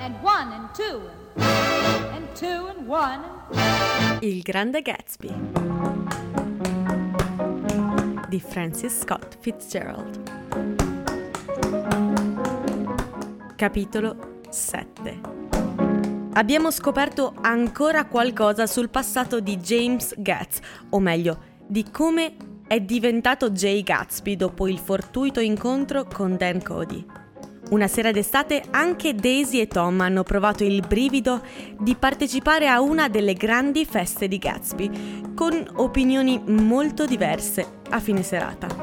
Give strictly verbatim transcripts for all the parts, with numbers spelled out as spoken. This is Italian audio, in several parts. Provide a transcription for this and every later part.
and one and two and, and two and one. And... Il grande Gatsby di Francis Scott Fitzgerald. Capitolo sette. Abbiamo scoperto ancora qualcosa sul passato di James Gatz, o meglio, di come è diventato Jay Gatsby dopo il fortuito incontro con Dan Cody. Una sera d'estate anche Daisy e Tom hanno provato il brivido di partecipare a una delle grandi feste di Gatsby, con opinioni molto diverse a fine serata.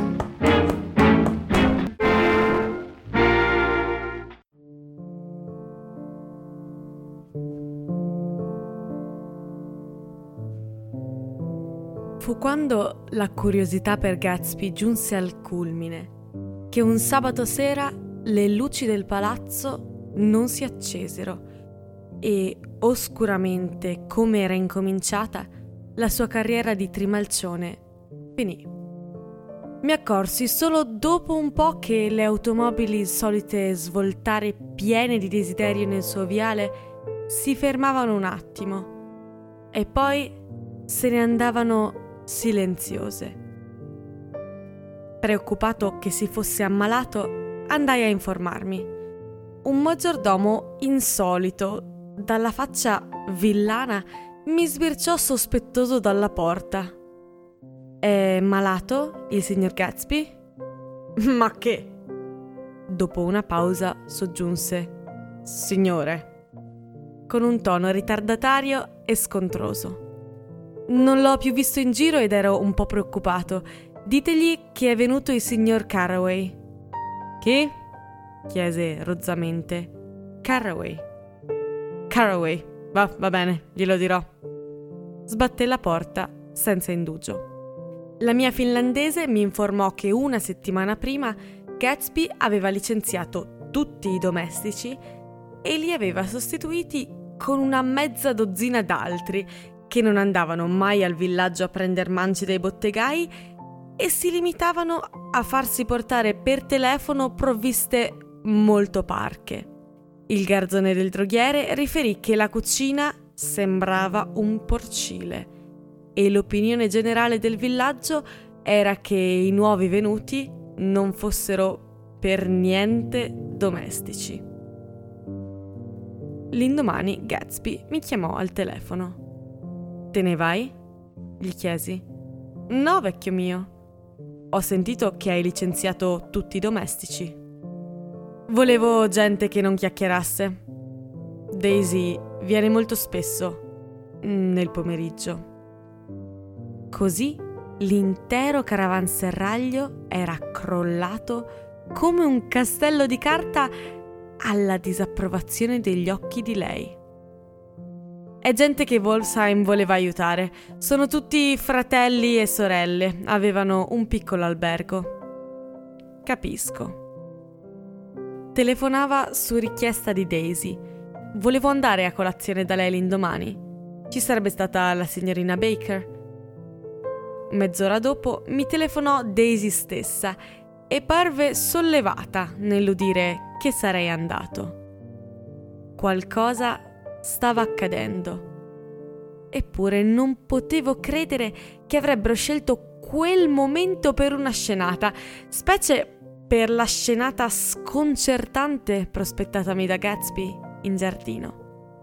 Fu quando la curiosità per Gatsby giunse al culmine che un sabato sera le luci del palazzo non si accesero e, oscuramente come era incominciata, la sua carriera di trimalcione finì. Mi accorsi solo dopo un po' che le automobili solite svoltare piene di desiderio nel suo viale si fermavano un attimo e poi se ne andavano silenziose. Preoccupato che si fosse ammalato, andai a informarmi. Un maggiordomo insolito, dalla faccia villana, mi sbirciò sospettoso dalla porta. «È malato il signor Gatsby?» «Ma che?» Dopo una pausa soggiunse «Signore», con un tono ritardatario e scontroso. «Non l'ho più visto in giro ed ero un po' preoccupato. Ditegli che è venuto il signor Carraway». «Chi?» chiese rozzamente. «Carraway». «Carraway, va, va bene, glielo dirò». Sbatté la porta senza indugio. La mia finlandese mi informò che una settimana prima Gatsby aveva licenziato tutti i domestici e li aveva sostituiti con una mezza dozzina d'altri che non andavano mai al villaggio a prender manci dai bottegai e si limitavano a farsi portare per telefono provviste molto parche. Il garzone del droghiere riferì che la cucina sembrava un porcile e l'opinione generale del villaggio era che i nuovi venuti non fossero per niente domestici. L'indomani Gatsby mi chiamò al telefono. «Te ne vai?» gli chiesi. «No, vecchio mio. Ho sentito che hai licenziato tutti i domestici. Volevo gente che non chiacchierasse. Daisy viene molto spesso nel pomeriggio». Così l'intero caravanserraglio era crollato come un castello di carta alla disapprovazione degli occhi di lei. «È gente che Wolfsheim voleva aiutare. Sono tutti fratelli e sorelle. Avevano un piccolo albergo». «Capisco». Telefonava su richiesta di Daisy. Volevo andare a colazione da lei l'indomani. Ci sarebbe stata la signorina Baker. Mezz'ora dopo mi telefonò Daisy stessa e parve sollevata nell'udire che sarei andato. Qualcosa stava accadendo. Eppure non potevo credere che avrebbero scelto quel momento per una scenata, specie per la scenata sconcertante prospettatami da Gatsby in giardino.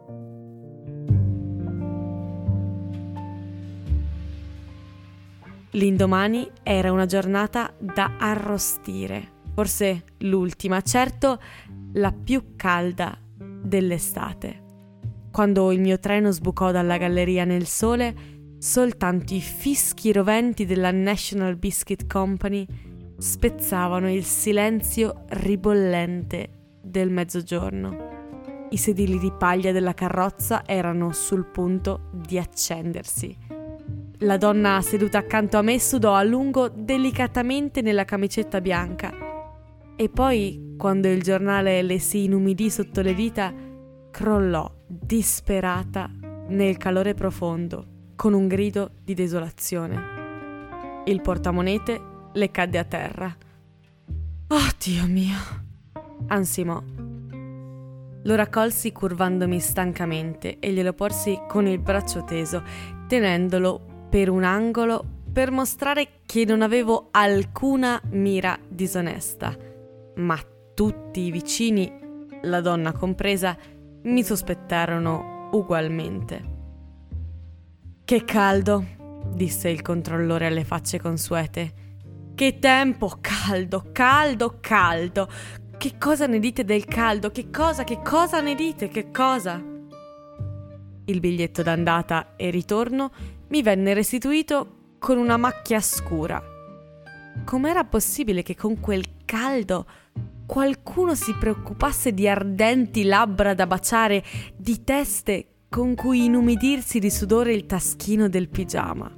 L'indomani era una giornata da arrostire, forse l'ultima, certo la più calda dell'estate. Quando il mio treno sbucò dalla galleria nel sole, soltanto i fischi roventi della National Biscuit Company spezzavano il silenzio ribollente del mezzogiorno. I sedili di paglia della carrozza erano sul punto di accendersi. La donna seduta accanto a me sudò a lungo delicatamente nella camicetta bianca e poi, quando il giornale le si inumidì sotto le dita, crollò disperata nel calore profondo con un grido di desolazione. Il portamonete le cadde a terra. «Oh, Dio mio!» ansimò. Lo raccolsi curvandomi stancamente e glielo porsi con il braccio teso, tenendolo per un angolo per mostrare che non avevo alcuna mira disonesta. Ma tutti i vicini, la donna compresa, mi sospettarono ugualmente. «Che caldo!» disse il controllore alle facce consuete. «Che tempo! Caldo, caldo, caldo! Che cosa ne dite del caldo? Che cosa, che cosa ne dite? Che cosa?» Il biglietto d'andata e ritorno mi venne restituito con una macchia scura. Com'era possibile che con quel caldo qualcuno si preoccupasse di ardenti labbra da baciare, di teste con cui inumidirsi di sudore il taschino del pigiama?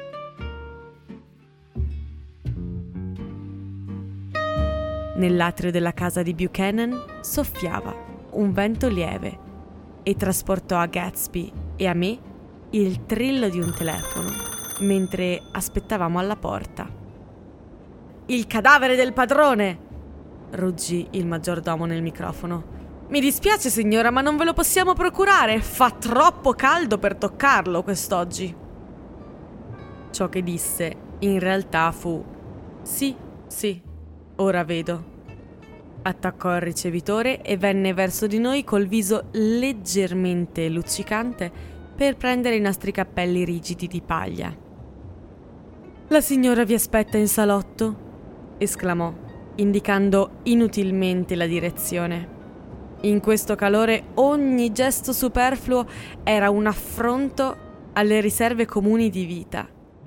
Nell'atrio della casa di Buchanan soffiava un vento lieve e trasportò a Gatsby e a me il trillo di un telefono mentre aspettavamo alla porta. «Il cadavere del padrone!» ruggì il maggiordomo nel microfono. «Mi dispiace, signora, ma non ve lo possiamo procurare. Fa troppo caldo per toccarlo quest'oggi». Ciò che disse in realtà fu: «Sì, sì, ora vedo». Attaccò il ricevitore e venne verso di noi col viso leggermente luccicante per prendere i nostri cappelli rigidi di paglia. «La signora vi aspetta in salotto», esclamò, indicando inutilmente la direzione. In questo calore ogni gesto superfluo era un affronto alle riserve comuni di vita.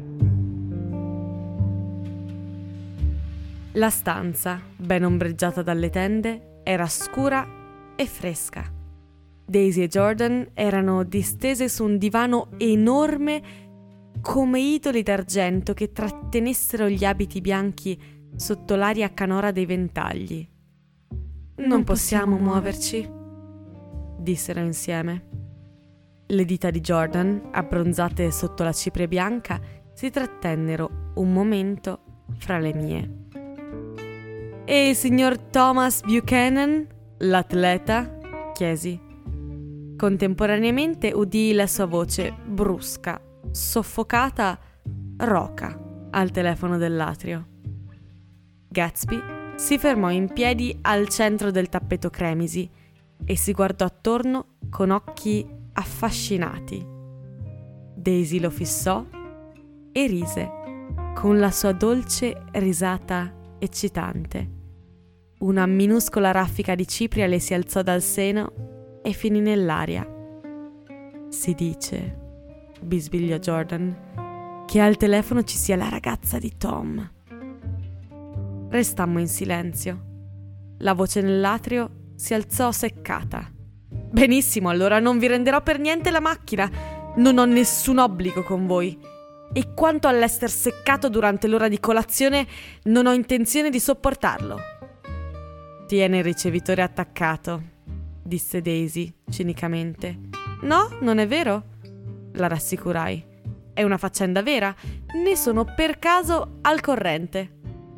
La stanza, ben ombreggiata dalle tende, era scura e fresca. Daisy e Jordan erano distese su un divano enorme come idoli d'argento che trattenessero gli abiti bianchi sotto l'aria canora dei ventagli. «Non, non possiamo, possiamo muoverci», dissero insieme. Le dita di Jordan, abbronzate sotto la cipria bianca, si trattennero un momento fra le mie. «E il signor Thomas Buchanan, l'atleta?» chiesi. Contemporaneamente udii la sua voce brusca, soffocata, roca al telefono dell'atrio. Gatsby si fermò in piedi al centro del tappeto cremisi e si guardò attorno con occhi affascinati. Daisy lo fissò e rise con la sua dolce risata eccitante. Una minuscola raffica di cipria le si alzò dal seno e finì nell'aria. «Si dice», bisbigliò Jordan, «che al telefono ci sia la ragazza di Tom». Restammo in silenzio. La voce nell'atrio si alzò seccata. «Benissimo, allora non vi renderò per niente la macchina. Non ho nessun obbligo con voi. E quanto all'esser seccato durante l'ora di colazione, non ho intenzione di sopportarlo». «Tiene il ricevitore attaccato», disse Daisy cinicamente. «No, non è vero», la rassicurai. «È una faccenda vera. Ne sono per caso al corrente».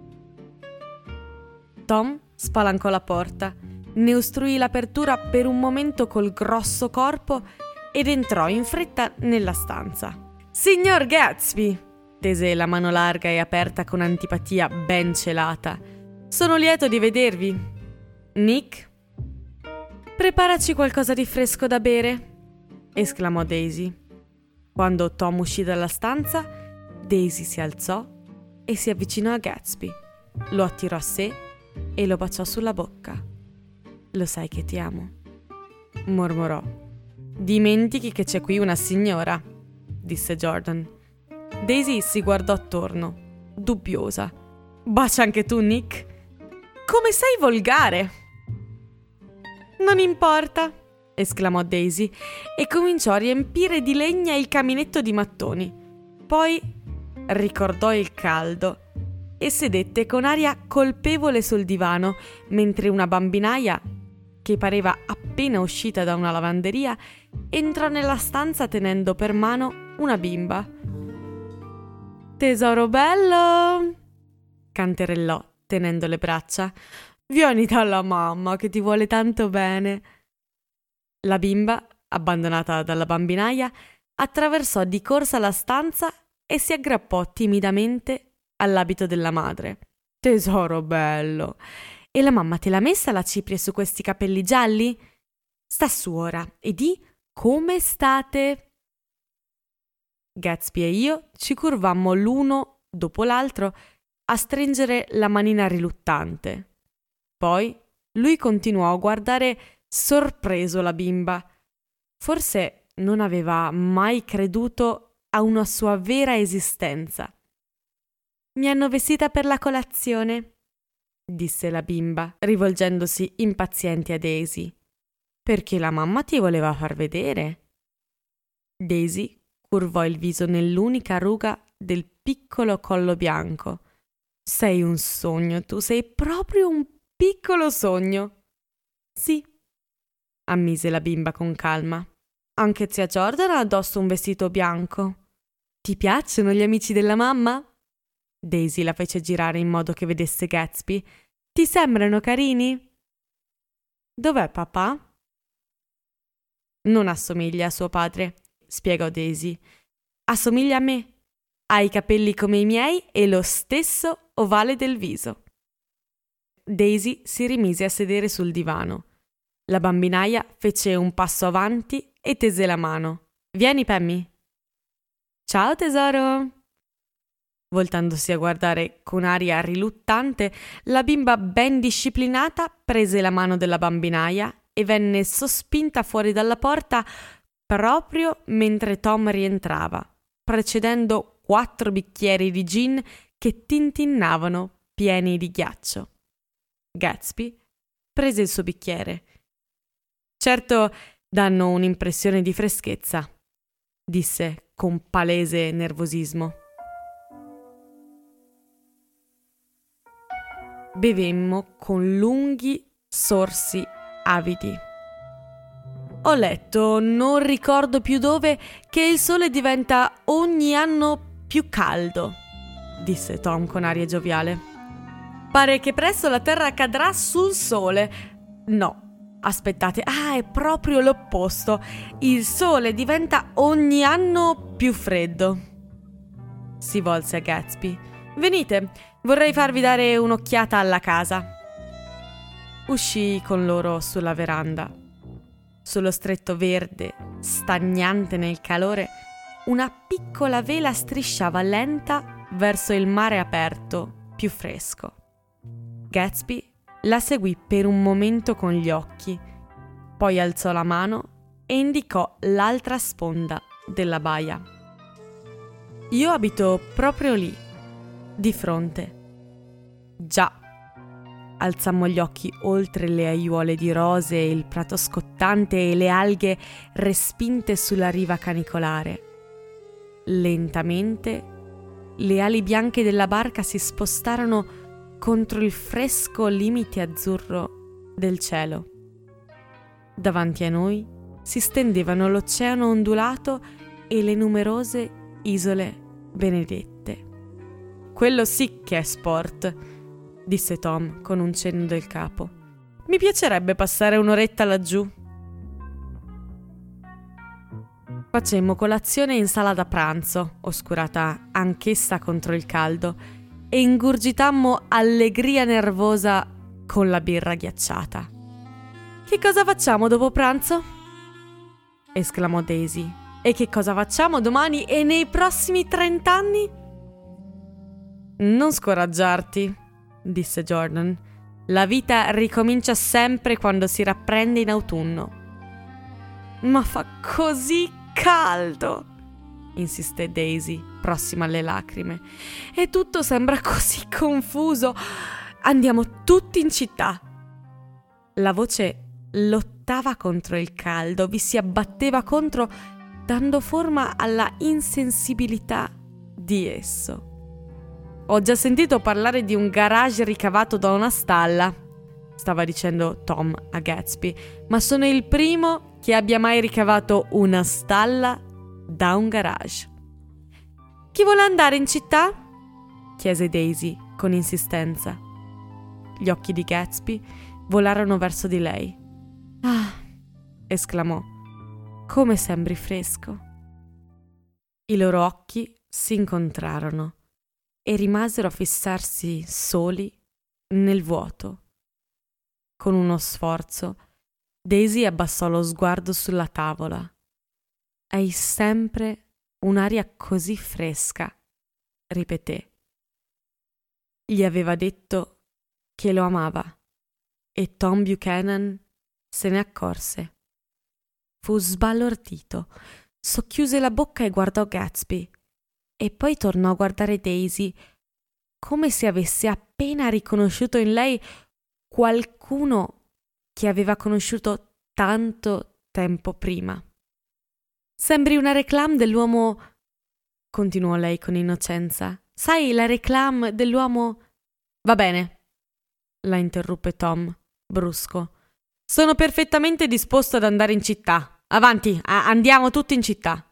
Tom spalancò la porta, ne ostruì l'apertura per un momento col grosso corpo ed entrò in fretta nella stanza. «Signor Gatsby», tese la mano larga e aperta con antipatia ben celata, «sono lieto di vedervi. Nick?» «Preparaci qualcosa di fresco da bere», esclamò Daisy. Quando Tom uscì dalla stanza, Daisy si alzò e si avvicinò a Gatsby, lo attirò a sé e lo baciò sulla bocca. «Lo sai che ti amo», mormorò. «Dimentichi che c'è qui una signora», disse Jordan. Daisy si guardò attorno, dubbiosa. «Bacia anche tu, Nick? Come sei volgare!» «Non importa», esclamò Daisy e cominciò a riempire di legna il caminetto di mattoni. Poi ricordò il caldo e sedette con aria colpevole sul divano mentre una bambinaia, che pareva appena uscita da una lavanderia, entrò nella stanza tenendo per mano una bimba. «Tesoro bello!» canterellò tenendo le braccia. «Vieni dalla mamma che ti vuole tanto bene». La bimba, abbandonata dalla bambinaia, attraversò di corsa la stanza e si aggrappò timidamente all'abito della madre. Tesoro bello, e la mamma te l'ha messa la cipria su questi capelli gialli? Sta su ora e di come state? Gatsby e io ci curvammo l'uno dopo l'altro a stringere la manina riluttante. Poi lui continuò a guardare sorpreso la bimba. Forse non aveva mai creduto a una sua vera esistenza. Mi hanno vestita per la colazione, disse la bimba, rivolgendosi impaziente a Daisy. Perché la mamma ti voleva far vedere. Daisy curvò il viso nell'unica ruga del piccolo collo bianco. Sei un sogno, tu sei proprio un piccolo sogno. Sì, ammise la bimba con calma. Anche zia Jordan ha addosso un vestito bianco. Ti piacciono gli amici della mamma? Daisy la fece girare in modo che vedesse Gatsby. Ti sembrano carini? Dov'è papà? Non assomiglia a suo padre, spiegò Daisy. Assomiglia a me. Ha i capelli come i miei e lo stesso ovale del viso. Daisy si rimise a sedere sul divano. La bambinaia fece un passo avanti e tese la mano. Vieni, Pammy. Ciao, tesoro. Voltandosi a guardare con aria riluttante, la bimba ben disciplinata prese la mano della bambinaia e venne sospinta fuori dalla porta proprio mentre Tom rientrava, precedendo quattro bicchieri di gin che tintinnavano pieni di ghiaccio. Gatsby prese il suo bicchiere. Certo, danno un'impressione di freschezza, disse con palese nervosismo. Bevemmo con lunghi sorsi avidi. Ho letto, non ricordo più dove, che il sole diventa ogni anno più caldo, disse Tom con aria gioviale. Pare che presto la terra cadrà sul sole. No, aspettate, ah, è proprio l'opposto. Il sole diventa ogni anno più freddo. Si volse a Gatsby. Venite, vorrei farvi dare un'occhiata alla casa. Uscii con loro sulla veranda. Sullo stretto verde, stagnante nel calore, una piccola vela strisciava lenta verso il mare aperto, più fresco. Gatsby la seguì per un momento con gli occhi, poi alzò la mano e indicò l'altra sponda della baia. Io abito proprio lì, di fronte. Già. Alzammo gli occhi oltre le aiuole di rose e il prato scottante e le alghe respinte sulla riva canicolare. Lentamente le ali bianche della barca si spostarono contro il fresco limite azzurro del cielo. Davanti a noi si stendevano l'oceano ondulato e le numerose isole benedette. Quello sì che è sport, disse Tom con un cenno del capo. Mi piacerebbe passare un'oretta laggiù. Facemmo colazione in sala da pranzo, oscurata anch'essa contro il caldo, e ingurgitammo allegria nervosa con la birra ghiacciata. Che cosa facciamo dopo pranzo? Esclamò Daisy. E che cosa facciamo domani e nei prossimi trent'anni? Non scoraggiarti, disse Jordan. La vita ricomincia sempre quando si rapprende in autunno. Ma fa così caldo, insisté Daisy, prossima alle lacrime. E tutto sembra così confuso. Andiamo tutti in città. La voce lottava contro il caldo, vi si abbatteva contro, dando forma alla insensibilità di esso. Ho già sentito parlare di un garage ricavato da una stalla, stava dicendo Tom a Gatsby, ma sono il primo che abbia mai ricavato una stalla da un garage. Chi vuole andare in città? Chiese Daisy con insistenza. Gli occhi di Gatsby volarono verso di lei. Ah, esclamò. Come sembri fresco. I loro occhi si incontrarono e rimasero a fissarsi soli nel vuoto. Con uno sforzo, Daisy abbassò lo sguardo sulla tavola. Hai sempre un'aria così fresca, ripeté. Gli aveva detto che lo amava e Tom Buchanan se ne accorse. Fu sbalordito, socchiuse la bocca e guardò Gatsby e poi tornò a guardare Daisy come se avesse appena riconosciuto in lei qualcuno che aveva conosciuto tanto tempo prima. Sembri una réclame dell'uomo, continuò lei con innocenza. Sai, la réclame dell'uomo... Va bene, la interruppe Tom, brusco. Sono perfettamente disposto ad andare in città. Avanti, a- andiamo tutti in città.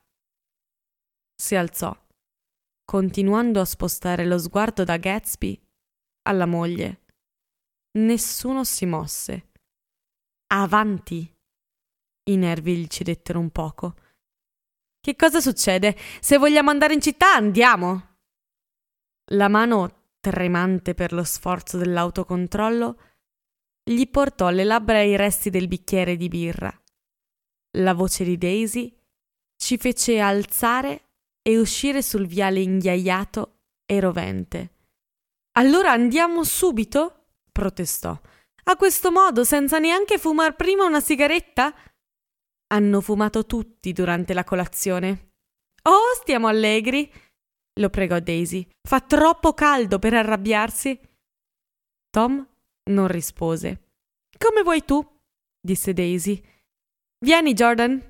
Si alzò, continuando a spostare lo sguardo da Gatsby alla moglie. Nessuno si mosse. Avanti. I nervi gli cedettero un poco. Che cosa succede? Se vogliamo andare in città, andiamo. La mano, tremante per lo sforzo dell'autocontrollo, gli portò alle labbra i resti del bicchiere di birra. La voce di Daisy ci fece alzare e uscire sul viale inghiaiato e rovente. Allora andiamo subito? Protestò. A questo modo, senza neanche fumar prima una sigaretta? Hanno fumato tutti durante la colazione. Oh, stiamo allegri, lo pregò Daisy. Fa troppo caldo per arrabbiarsi. Tom non rispose. Come vuoi tu, disse Daisy. Vieni, Jordan.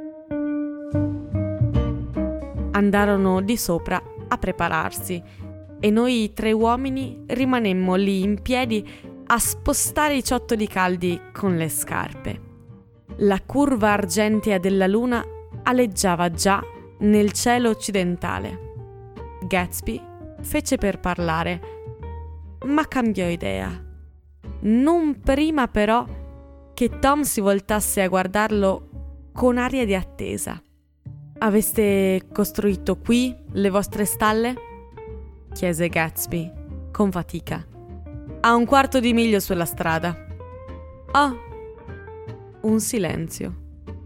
Andarono di sopra a prepararsi e noi tre uomini rimanemmo lì in piedi a spostare i ciottoli caldi con le scarpe. La curva argentea della luna aleggiava già nel cielo occidentale. Gatsby fece per parlare, ma cambiò idea. Non prima però che Tom si voltasse a guardarlo con aria di attesa. Aveste costruito qui le vostre stalle? Chiese Gatsby con fatica. A un quarto di miglio sulla strada. Oh. Un silenzio.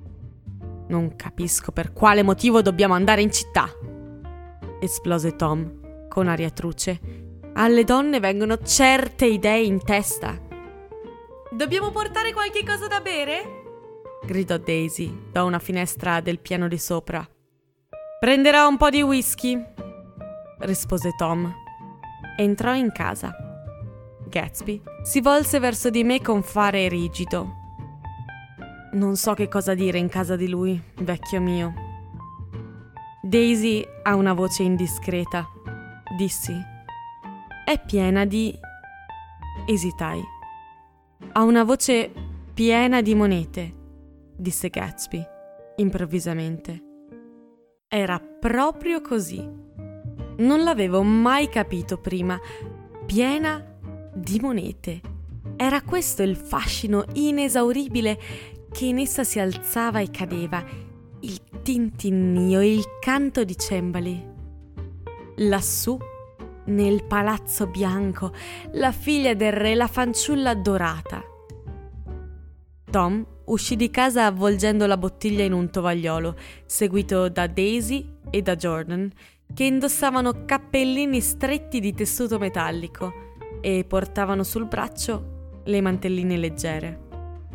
Non capisco per quale motivo dobbiamo andare in città, esplose Tom con aria truce. Alle donne vengono certe idee in testa. Dobbiamo portare qualche cosa da bere? Gridò Daisy da una finestra del piano di sopra. Prenderò un po' di whisky, rispose Tom. Entrò in casa. Gatsby si volse verso di me con fare rigido. Non so che cosa dire in casa di lui, vecchio mio. Daisy ha una voce indiscreta, dissi. È piena di... Esitai. Ha una voce piena di monete, disse Gatsby, improvvisamente. Era proprio così. Non l'avevo mai capito prima. Piena di monete. Era questo il fascino inesauribile che in essa si alzava e cadeva, il tintinnio e il canto di cembali. Lassù, nel palazzo bianco, la figlia del re, la fanciulla dorata. Tom uscì di casa avvolgendo la bottiglia in un tovagliolo, seguito da Daisy e da Jordan, che indossavano cappellini stretti di tessuto metallico e portavano sul braccio le mantelline leggere.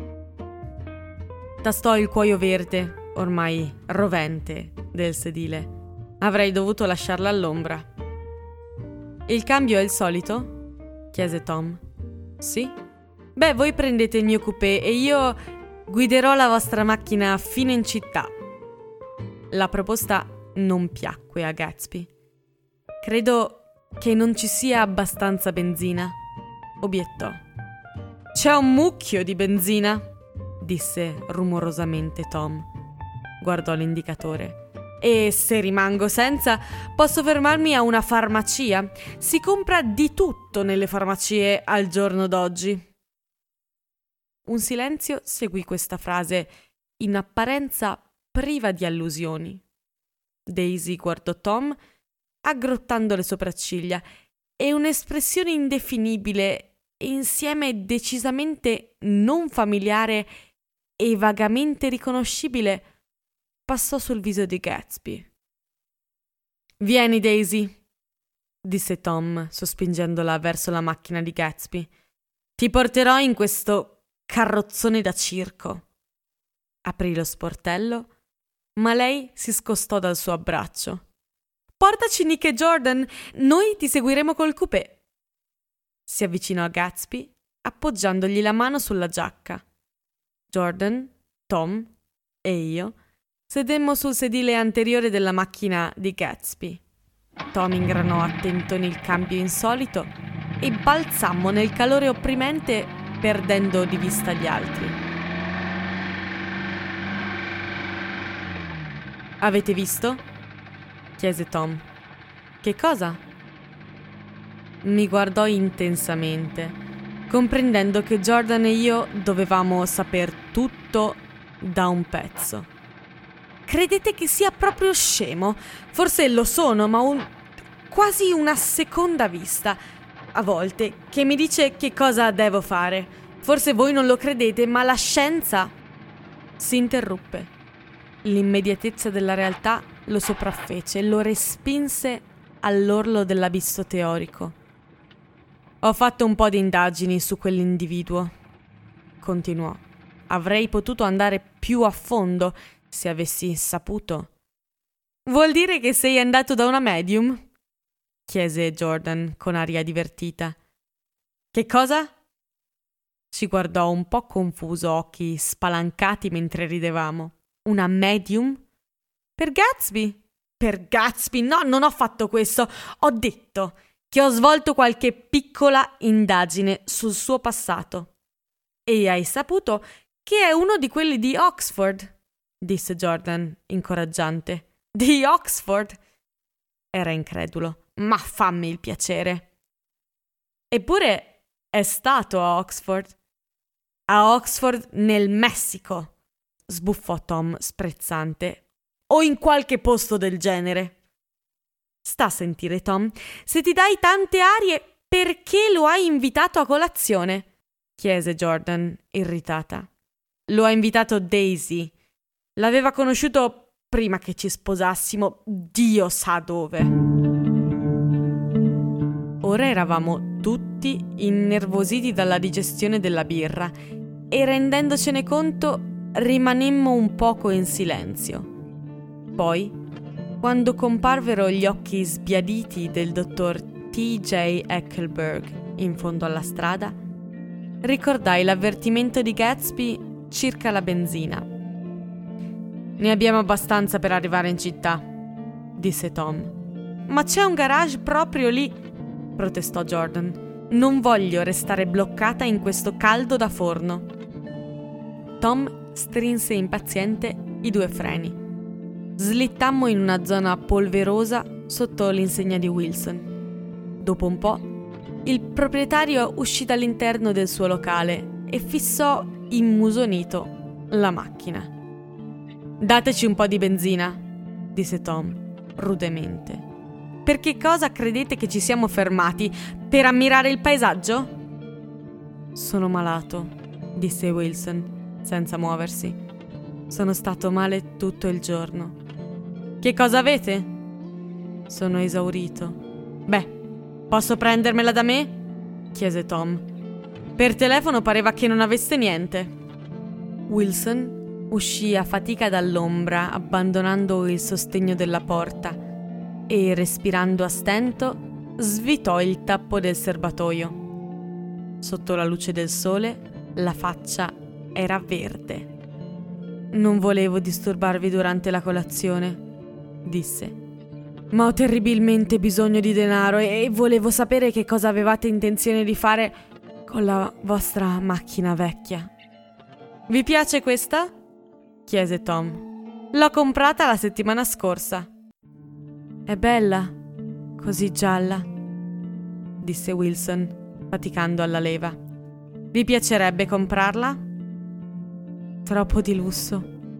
Tastò il cuoio verde, ormai rovente, del sedile. Avrei dovuto lasciarla all'ombra. Il cambio è il solito? Chiese Tom. Sì? Beh, voi prendete il mio coupé e io guiderò la vostra macchina fino in città. La proposta non piacque a Gatsby. Credo che non ci sia abbastanza benzina, obiettò. C'è un mucchio di benzina, disse rumorosamente Tom. Guardò l'indicatore. E se rimango senza, posso fermarmi a una farmacia. Si compra di tutto nelle farmacie al giorno d'oggi. Un silenzio seguì questa frase in apparenza priva di allusioni. Daisy guardò Tom aggrottando le sopracciglia e un'espressione indefinibile e insieme decisamente non familiare e vagamente riconoscibile passò sul viso di Gatsby. «Vieni, Daisy», disse Tom, sospingendola verso la macchina di Gatsby. «Ti porterò in questo carrozzone da circo». Aprì lo sportello, ma lei si scostò dal suo abbraccio. «Portaci Nick e Jordan, noi ti seguiremo col coupé». Si avvicinò a Gatsby, appoggiandogli la mano sulla giacca. Jordan, Tom e io sedemmo sul sedile anteriore della macchina di Gatsby. Tom ingranò a tentoni il cambio insolito e balzammo nel calore opprimente, perdendo di vista gli altri. «Avete visto?» chiese Tom. «Che cosa?» Mi guardò intensamente, comprendendo che Jordan e io dovevamo saper tutto da un pezzo. «Credete che sia proprio scemo? Forse lo sono, ma un... quasi una seconda vista, a volte, che mi dice che cosa devo fare. Forse voi non lo credete, ma la scienza...» Si interruppe. L'immediatezza della realtà lo sopraffece, lo respinse all'orlo dell'abisso teorico. «Ho fatto un po' di indagini su quell'individuo», continuò. «Avrei potuto andare più a fondo se avessi saputo». «Vuol dire che sei andato da una medium?» chiese Jordan con aria divertita. «Che cosa?» Ci guardò un po' confuso, occhi spalancati mentre ridevamo. «Una medium? Per Gatsby?» «Per Gatsby? No, non ho fatto questo. Ho detto che ho svolto qualche piccola indagine sul suo passato». «E hai saputo che è uno di quelli di Oxford?» disse Jordan, incoraggiante. «Di Oxford?» Era incredulo. «Ma fammi il piacere». «Eppure è stato a Oxford». «A Oxford nel Messico», sbuffò Tom sprezzante. «O in qualche posto del genere». «Sta a sentire, Tom. Se ti dai tante arie, perché lo hai invitato a colazione?» chiese Jordan, irritata. «Lo ha invitato Daisy. L'aveva conosciuto prima che ci sposassimo, Dio sa dove». Ora eravamo tutti innervositi dalla digestione della birra e, rendendocene conto, rimanemmo un poco in silenzio. Poi, quando comparvero gli occhi sbiaditi del dottor T J Eckelberg in fondo alla strada, ricordai l'avvertimento di Gatsby circa la benzina. «Ne abbiamo abbastanza per arrivare in città», disse Tom. «Ma c'è un garage proprio lì», protestò Jordan. «Non voglio restare bloccata in questo caldo da forno». Tom strinse impaziente i due freni. Slittammo in una zona polverosa sotto l'insegna di Wilson. Dopo un po', il proprietario uscì dall'interno del suo locale e fissò immusonito la macchina. «Dateci un po' di benzina», disse Tom, rudemente. «Per che cosa credete che ci siamo fermati? Per ammirare il paesaggio?» «Sono malato», disse Wilson, senza muoversi. «Sono stato male tutto il giorno». «Che cosa avete?» «Sono esaurito». «Beh, posso prendermela da me?» chiese Tom. Per telefono pareva che non avesse niente. Wilson uscì a fatica dall'ombra, abbandonando il sostegno della porta, e, respirando a stento, svitò il tappo del serbatoio. Sotto la luce del sole, la faccia era verde. «Non volevo disturbarvi durante la colazione», disse, «ma ho terribilmente bisogno di denaro e volevo sapere che cosa avevate intenzione di fare con la vostra macchina vecchia». «Vi piace questa?» chiese Tom. «L'ho comprata la settimana scorsa». «È bella, così gialla», disse Wilson, faticando alla leva. «Vi piacerebbe comprarla?» «Troppo di lusso»,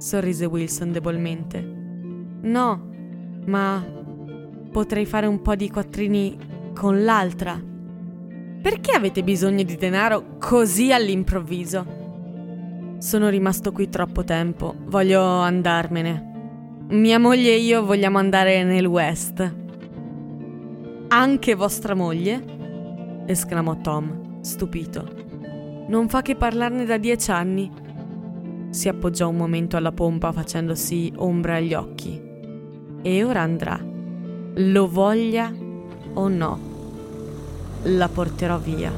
sorrise Wilson debolmente. No, ma potrei fare un po' di quattrini con l'altra. Perché avete bisogno di denaro così all'improvviso? Sono rimasto qui troppo tempo, voglio andarmene. Mia moglie e io vogliamo andare nel West. Anche vostra moglie? Esclamò Tom, stupito. Non fa che parlarne da dieci anni. Si appoggiò un momento alla pompa facendosi ombra agli occhi. E ora andrà. Lo voglia o no. La porterò via.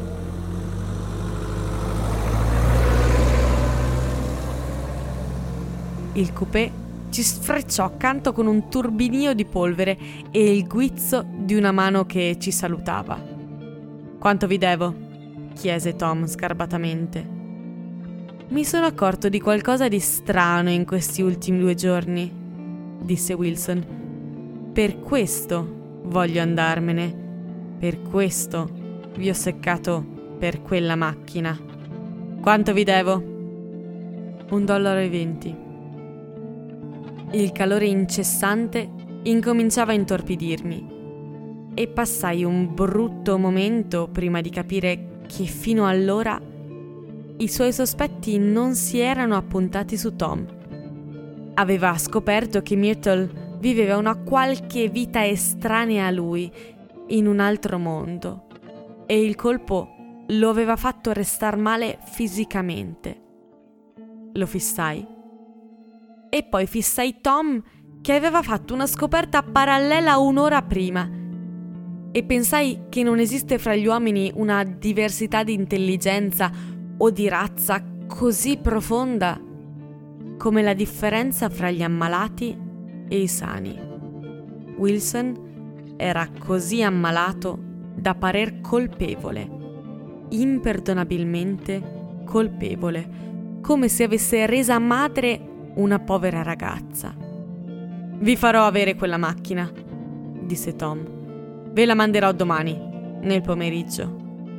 Il coupé ci sfrecciò accanto con un turbinio di polvere e il guizzo di una mano che ci salutava. «Quanto vi devo?» chiese Tom sgarbatamente. «Mi sono accorto di qualcosa di strano in questi ultimi due giorni», disse Wilson. «Per questo voglio andarmene. Per questo vi ho seccato per quella macchina. Quanto vi devo?» «Un dollaro e venti». Il calore incessante incominciava a intorpidirmi e passai un brutto momento prima di capire che fino allora i suoi sospetti non si erano appuntati su Tom. Aveva scoperto che Myrtle viveva una qualche vita estranea a lui, in un altro mondo, e il colpo lo aveva fatto restar male fisicamente. Lo fissai. E poi fissai Tom, che aveva fatto una scoperta parallela un'ora prima, e pensai che non esiste fra gli uomini una diversità di intelligenza o di razza così profonda come la differenza fra gli ammalati e i sani. Wilson era così ammalato da parer colpevole, imperdonabilmente colpevole, come se avesse resa madre una povera ragazza. «Vi farò avere quella macchina», disse Tom. «Ve la manderò domani, nel pomeriggio».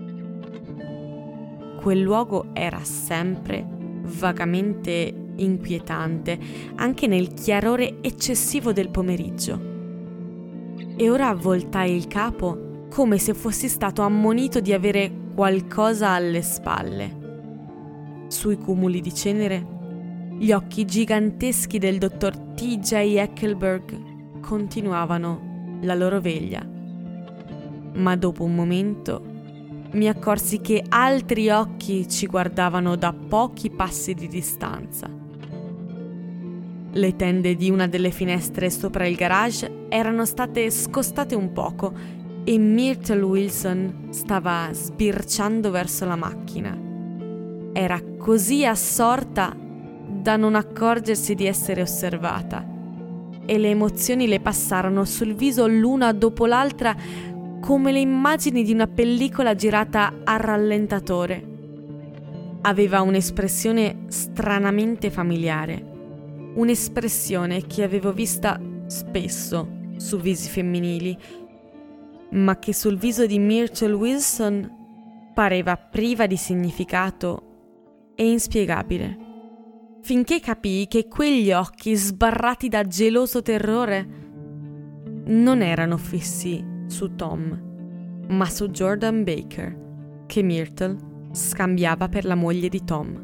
Quel luogo era sempre vagamente inquietante, anche nel chiarore eccessivo del pomeriggio. E ora voltai il capo come se fossi stato ammonito di avere qualcosa alle spalle. Sui cumuli di cenere gli occhi giganteschi del dottor T J Eckleburg continuavano la loro veglia. Ma dopo un momento mi accorsi che altri occhi ci guardavano da pochi passi di distanza. Le tende di una delle finestre sopra il garage erano state scostate un poco e Myrtle Wilson stava sbirciando verso la macchina. Era così assorta da non accorgersi di essere osservata, e le emozioni le passarono sul viso l'una dopo l'altra come le immagini di una pellicola girata a rallentatore. Aveva un'espressione stranamente familiare, un'espressione che avevo vista spesso su visi femminili, ma che sul viso di Myrtle Wilson pareva priva di significato e inspiegabile. Finché capii che quegli occhi sbarrati da geloso terrore non erano fissi su Tom, ma su Jordan Baker, che Myrtle scambiava per la moglie di Tom.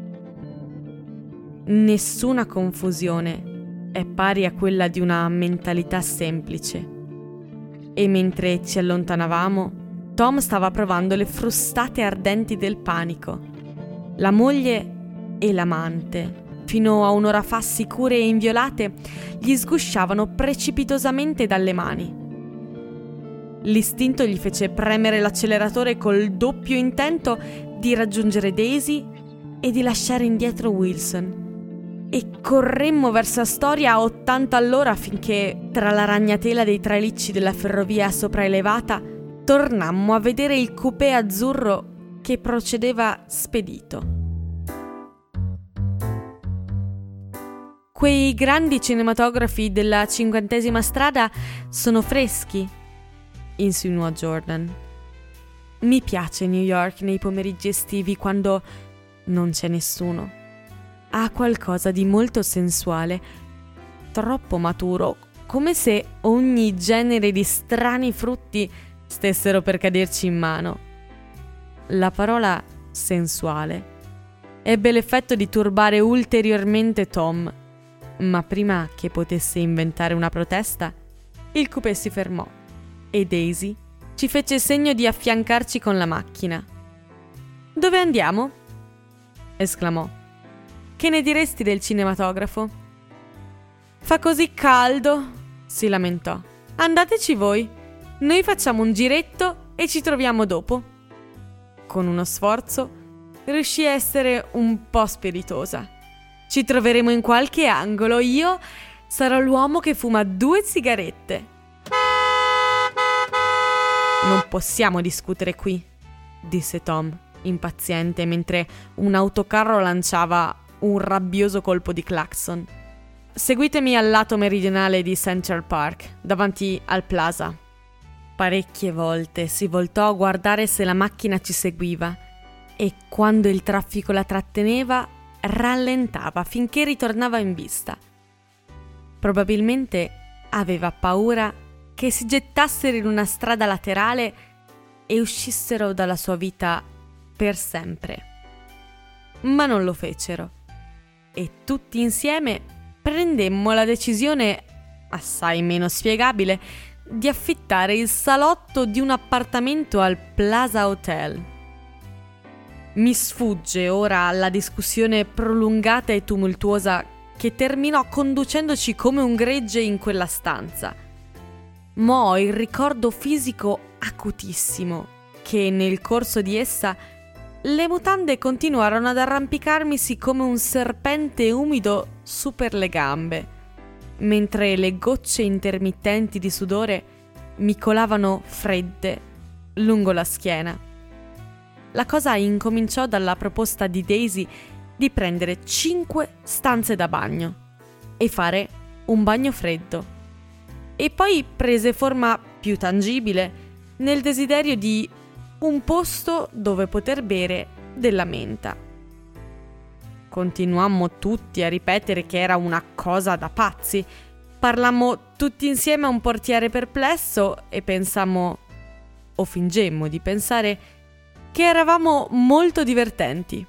Nessuna confusione è pari a quella di una mentalità semplice, e mentre ci allontanavamo, Tom stava provando le frustate ardenti del panico. La moglie e l'amante, fino a un'ora fa sicure e inviolate, gli sgusciavano precipitosamente dalle mani. L'istinto gli fece premere l'acceleratore col doppio intento di raggiungere Daisy e di lasciare indietro Wilson. E corremmo verso Astoria a ottanta all'ora finché, tra la ragnatela dei tralicci della ferrovia sopraelevata, tornammo a vedere il coupé azzurro che procedeva spedito. «Quei grandi cinematografi della cinquantesima strada sono freschi», insinuò Jordan. «Mi piace New York nei pomeriggi estivi quando non c'è nessuno». ha qualcosa di molto sensuale, troppo maturo, come se ogni genere di strani frutti stessero per caderci in mano. La parola sensuale ebbe l'effetto di turbare ulteriormente Tom, ma prima che potesse inventare una protesta, il coupé si fermò e Daisy ci fece segno di affiancarci con la macchina. «Dove andiamo?» esclamò. «Che ne diresti del cinematografo?» «Fa così caldo», si lamentò. «Andateci voi, noi facciamo un giretto e ci troviamo dopo». Con uno sforzo riuscì a essere un po' spiritosa. «Ci troveremo in qualche angolo, io sarò l'uomo che fuma due sigarette». «Non possiamo discutere qui», disse Tom, impaziente, mentre un autocarro lanciava un rabbioso colpo di clacson. «Seguitemi al lato meridionale di Central Park, davanti al Plaza». Parecchie volte si voltò a guardare se la macchina ci seguiva e quando il traffico la tratteneva, rallentava finché ritornava in vista. Probabilmente aveva paura che si gettassero in una strada laterale e uscissero dalla sua vita per sempre. Ma non lo fecero e tutti insieme prendemmo la decisione, assai meno spiegabile, di affittare il salotto di un appartamento al Plaza Hotel. Mi sfugge ora la discussione prolungata e tumultuosa che terminò conducendoci come un gregge in quella stanza. Ma ho il ricordo fisico acutissimo che nel corso di essa le mutande continuarono ad arrampicarmisi come un serpente umido su per le gambe, mentre le gocce intermittenti di sudore mi colavano fredde lungo la schiena. La cosa incominciò dalla proposta di Daisy di prendere cinque stanze da bagno e fare un bagno freddo. E poi prese forma più tangibile nel desiderio di un posto dove poter bere della menta. Continuammo tutti a ripetere che era una cosa da pazzi. Parlammo tutti insieme a un portiere perplesso e pensammo, o fingemmo di pensare, che eravamo molto divertenti.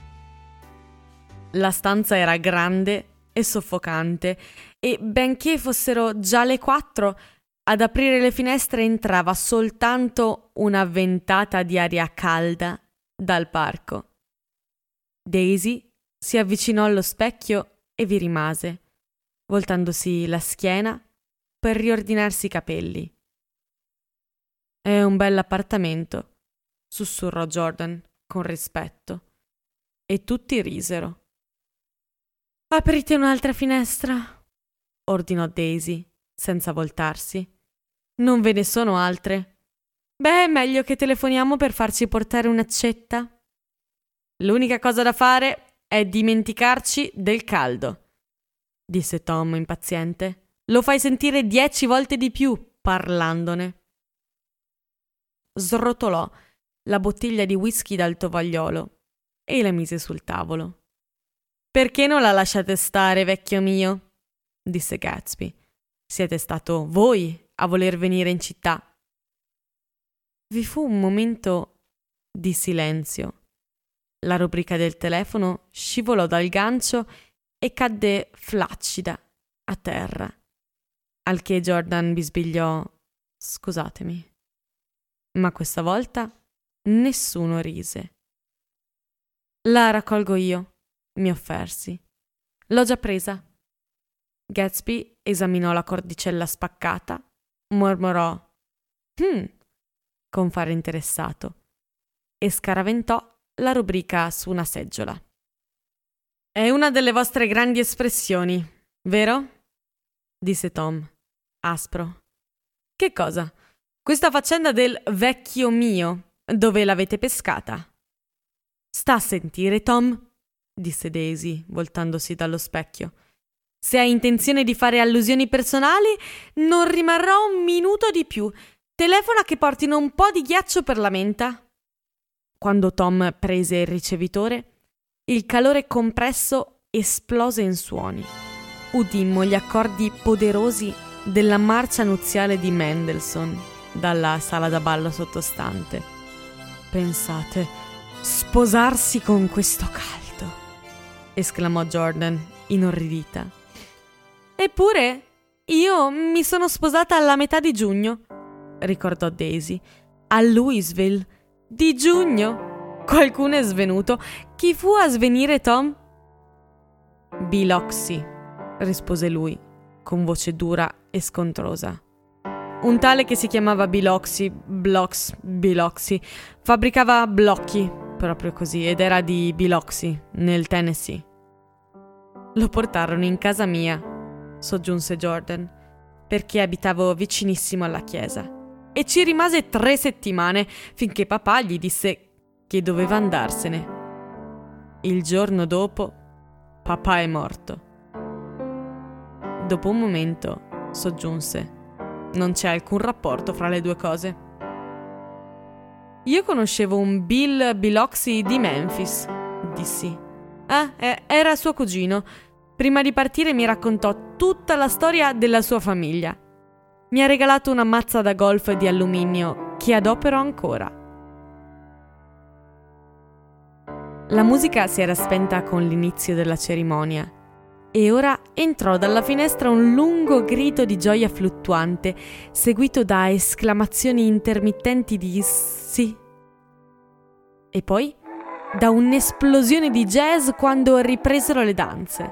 La stanza era grande e soffocante e, benché fossero già le quattro, ad aprire le finestre entrava soltanto una ventata di aria calda dal parco. Daisy si avvicinò allo specchio e vi rimase, voltandosi la schiena per riordinarsi i capelli. «È un bell'appartamento», sussurrò Jordan con rispetto, e tutti risero. «Aprite un'altra finestra», ordinò Daisy, senza voltarsi. «Non ve ne sono altre?» «Beh, è meglio che telefoniamo per farci portare un'accetta». «L'unica cosa da fare è dimenticarci del caldo», disse Tom impaziente. «Lo fai sentire dieci volte di più parlandone». Srotolò la bottiglia di whisky dal tovagliolo e la mise sul tavolo. «Perché non la lasciate stare, vecchio mio?» disse Gatsby. «Siete stato voi a voler venire in città». Vi fu un momento di silenzio. La rubrica del telefono scivolò dal gancio e cadde flaccida a terra, al che Jordan bisbigliò «Scusatemi». Ma questa volta nessuno rise. «La raccolgo io», mi offersi. «L'ho già presa». Gatsby esaminò la cordicella spaccata, mormorò «Hm», con fare interessato, e scaraventò la rubrica su una seggiola. «È una delle vostre grandi espressioni, vero?» disse Tom, aspro. «Che cosa? Questa faccenda del vecchio mio, dove l'avete pescata?» «Sta a sentire, Tom», disse Daisy, voltandosi dallo specchio. «Se hai intenzione di fare allusioni personali, non rimarrò un minuto di più. Telefona che portino un po' di ghiaccio per la menta». Quando Tom prese il ricevitore, il calore compresso esplose in suoni. Udimmo gli accordi poderosi della marcia nuziale di Mendelssohn dalla sala da ballo sottostante. Pensate, sposarsi con questo caldo! Esclamò Jordan, inorridita. Eppure io mi sono sposata alla metà di giugno, ricordò Daisy. A Louisville. Di giugno? Qualcuno è svenuto. Chi fu a svenire, Tom? Biloxi, rispose lui, con voce dura e scontrosa. Un tale che si chiamava Biloxi, Blox, Biloxi, fabbricava blocchi, proprio così, ed era di Biloxi, nel Tennessee. Lo portarono in casa mia, soggiunse Jordan, perché abitavo vicinissimo alla chiesa. E ci rimase tre settimane, finché papà gli disse che doveva andarsene. Il giorno dopo, papà è morto. Dopo un momento, soggiunse, non c'è alcun rapporto fra le due cose. Io conoscevo un Bill Biloxi di Memphis, dissi. Ah, era suo cugino. Prima di partire mi raccontò tutta la storia della sua famiglia. Mi ha regalato una mazza da golf di alluminio che adopero ancora. La musica si era spenta con l'inizio della cerimonia e ora entrò dalla finestra un lungo grido di gioia fluttuante, seguito da esclamazioni intermittenti di sì. E poi da un'esplosione di jazz quando ripresero le danze.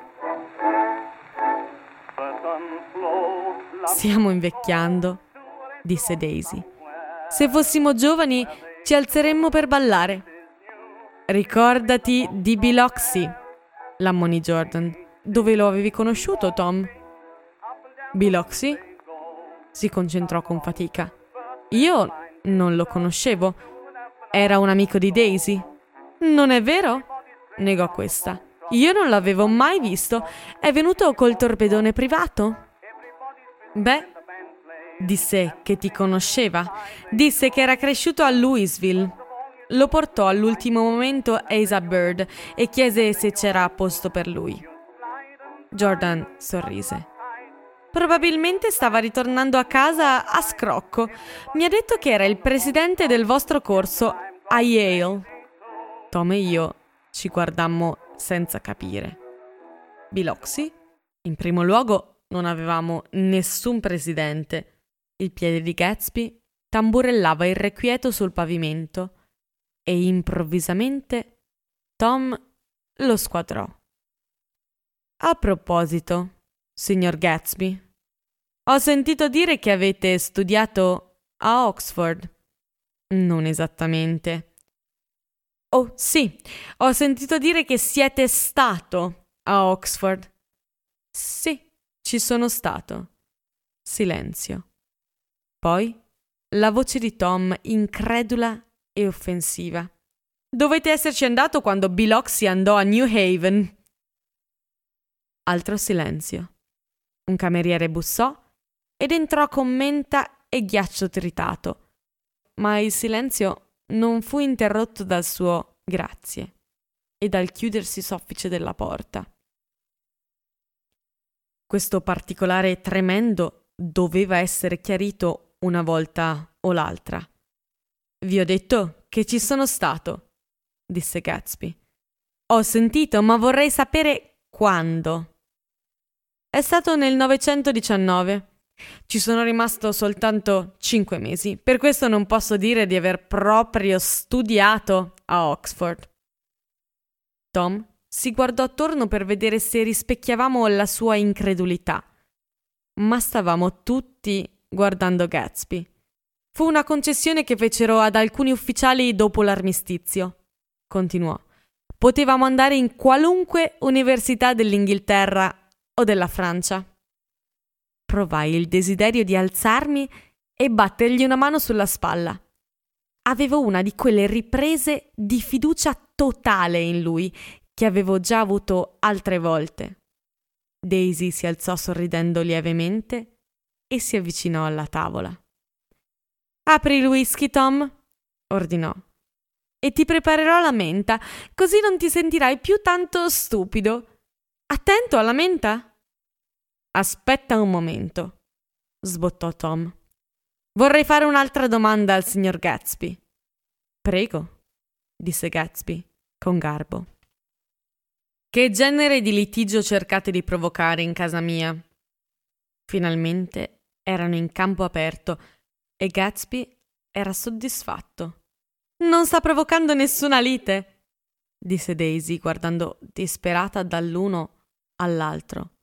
Stiamo invecchiando, disse Daisy. Se fossimo giovani ci alzeremmo per ballare. Ricordati di Biloxi, l'ammonì Jordan. Dove lo avevi conosciuto, Tom? Biloxi? Si concentrò con fatica. Io non lo conoscevo. Era un amico di Daisy. Non è vero? Negò questa. Io non l'avevo mai visto. È venuto col torpedone privato? Beh, disse che ti conosceva. Disse che era cresciuto a Louisville. Lo portò all'ultimo momento Asa Bird e chiese se c'era posto per lui. Jordan sorrise. Probabilmente stava ritornando a casa a scrocco. Mi ha detto che era il presidente del vostro corso a Yale. Tom e io ci guardammo senza capire. Biloxi? In primo luogo non avevamo nessun presidente. Il piede di Gatsby tamburellava irrequieto sul pavimento e improvvisamente Tom lo squadrò. A proposito, signor Gatsby, ho sentito dire che avete studiato a Oxford. Non esattamente. Oh, sì, ho sentito dire che siete stato a Oxford. Sì. Ci sono stato. Silenzio. Poi la voce di Tom, incredula e offensiva. Dovete esserci andato quando Biloxi andò a New Haven. Altro silenzio. Un cameriere bussò ed entrò con menta e ghiaccio tritato. Ma il silenzio non fu interrotto dal suo grazie e dal chiudersi soffice della porta. Questo particolare tremendo doveva essere chiarito una volta o l'altra. Vi ho detto che ci sono stato, disse Gatsby. Ho sentito, ma vorrei sapere quando. È stato nel novecentodiciannove. Ci sono rimasto soltanto cinque mesi, per questo non posso dire di aver proprio studiato a Oxford. Tom si guardò attorno per vedere se rispecchiavamo la sua incredulità, ma stavamo tutti guardando Gatsby. Fu una concessione che fecero ad alcuni ufficiali dopo l'armistizio, continuò. Potevamo andare in qualunque università dell'Inghilterra o della Francia. Provai il desiderio di alzarmi e battergli una mano sulla spalla. Avevo una di quelle riprese di fiducia totale in lui che avevo già avuto altre volte. Daisy si alzò sorridendo lievemente e si avvicinò alla tavola. «Apri il whisky, Tom», ordinò, «e ti preparerò la menta, così non ti sentirai più tanto stupido». Attento alla menta? Aspetta un momento, sbottò Tom. Vorrei fare un'altra domanda al signor Gatsby. Prego, disse Gatsby con garbo. Che genere di litigio cercate di provocare in casa mia? Finalmente erano in campo aperto e Gatsby era soddisfatto. Non sta provocando nessuna lite, disse Daisy guardando disperata dall'uno all'altro.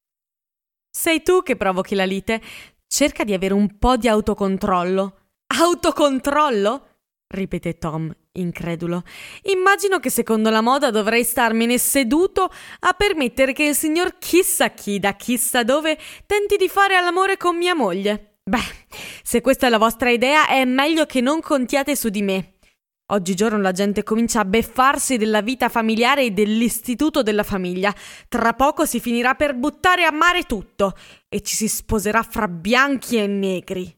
Sei tu che provochi la lite. Cerca di avere un po' di autocontrollo. Autocontrollo? Ripeté Tom, incredulo. Immagino che secondo la moda dovrei starmene seduto a permettere che il signor chissà chi da chissà dove tenti di fare all'amore con mia moglie. Beh, se questa è la vostra idea è meglio che non contiate su di me. Oggigiorno la gente comincia a beffarsi della vita familiare e dell'istituto della famiglia. Tra poco si finirà per buttare a mare tutto e ci si sposerà fra bianchi e negri.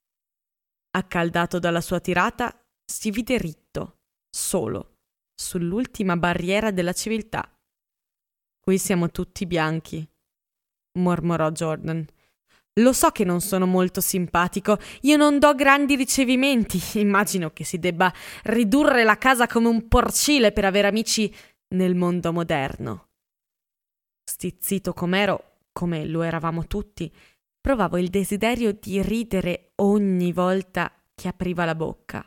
Accaldato dalla sua tirata, si vide ritto, solo, sull'ultima barriera della civiltà. Qui siamo tutti bianchi, mormorò Jordan. Lo so che non sono molto simpatico, io non do grandi ricevimenti, immagino che si debba ridurre la casa come un porcile per avere amici nel mondo moderno. Stizzito com'ero, come lo eravamo tutti, provavo il desiderio di ridere ogni volta che apriva la bocca.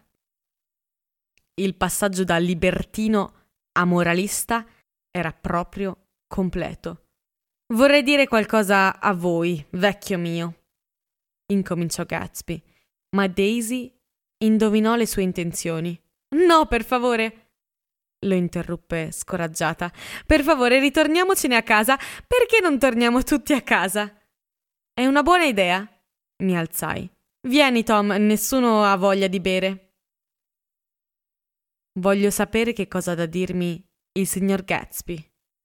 Il passaggio da libertino a moralista era proprio completo. Vorrei dire qualcosa a voi, vecchio mio, incominciò Gatsby, ma Daisy indovinò le sue intenzioni. No, per favore, lo interruppe scoraggiata. Per favore, ritorniamocene a casa. Perché non torniamo tutti a casa? È una buona idea, mi alzai. Vieni, Tom, nessuno ha voglia di bere. Voglio sapere che cosa ha da dirmi il signor Gatsby.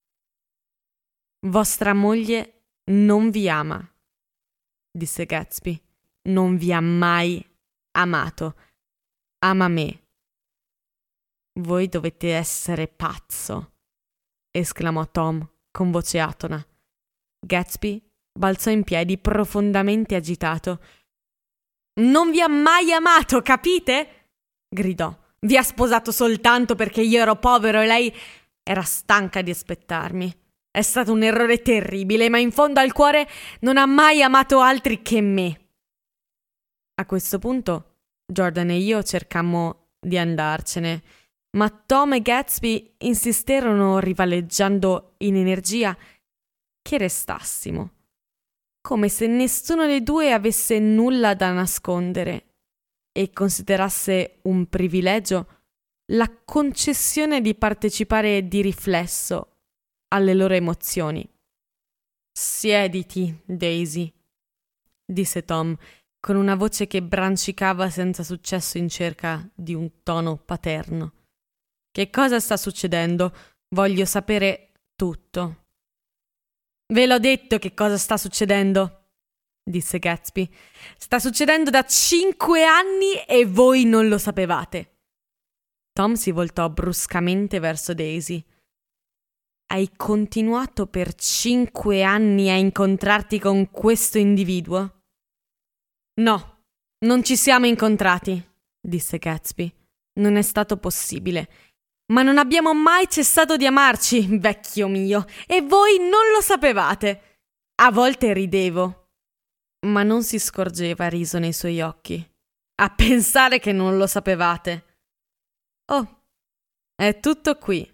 Vostra moglie non vi ama, disse Gatsby. Non vi ha mai amato. Ama me. Voi dovete essere pazzo, esclamò Tom con voce atona. Gatsby balzò in piedi profondamente agitato. Non vi ha mai amato, capite? Gridò. Vi ha sposato soltanto perché io ero povero e lei era stanca di aspettarmi. È stato un errore terribile, ma in fondo al cuore non ha mai amato altri che me. A questo punto Jordan e io cercammo di andarcene, ma Tom e Gatsby insisterono, rivaleggiando in energia, che restassimo, come se nessuno dei due avesse nulla da nascondere e considerasse un privilegio la concessione di partecipare di riflesso alle loro emozioni. Siediti, Daisy, disse Tom, con una voce che brancicava senza successo in cerca di un tono paterno. Che cosa sta succedendo? Voglio sapere tutto. Ve l'ho detto che cosa sta succedendo, disse Gatsby. Sta succedendo da cinque anni e voi non lo sapevate. Tom si voltò bruscamente verso Daisy. Hai continuato per cinque anni a incontrarti con questo individuo? No, non ci siamo incontrati, disse Gatsby. Non è stato possibile. Ma non abbiamo mai cessato di amarci, vecchio mio, e voi non lo sapevate. A volte ridevo, ma non si scorgeva riso nei suoi occhi. A pensare che non lo sapevate. Oh, è tutto qui.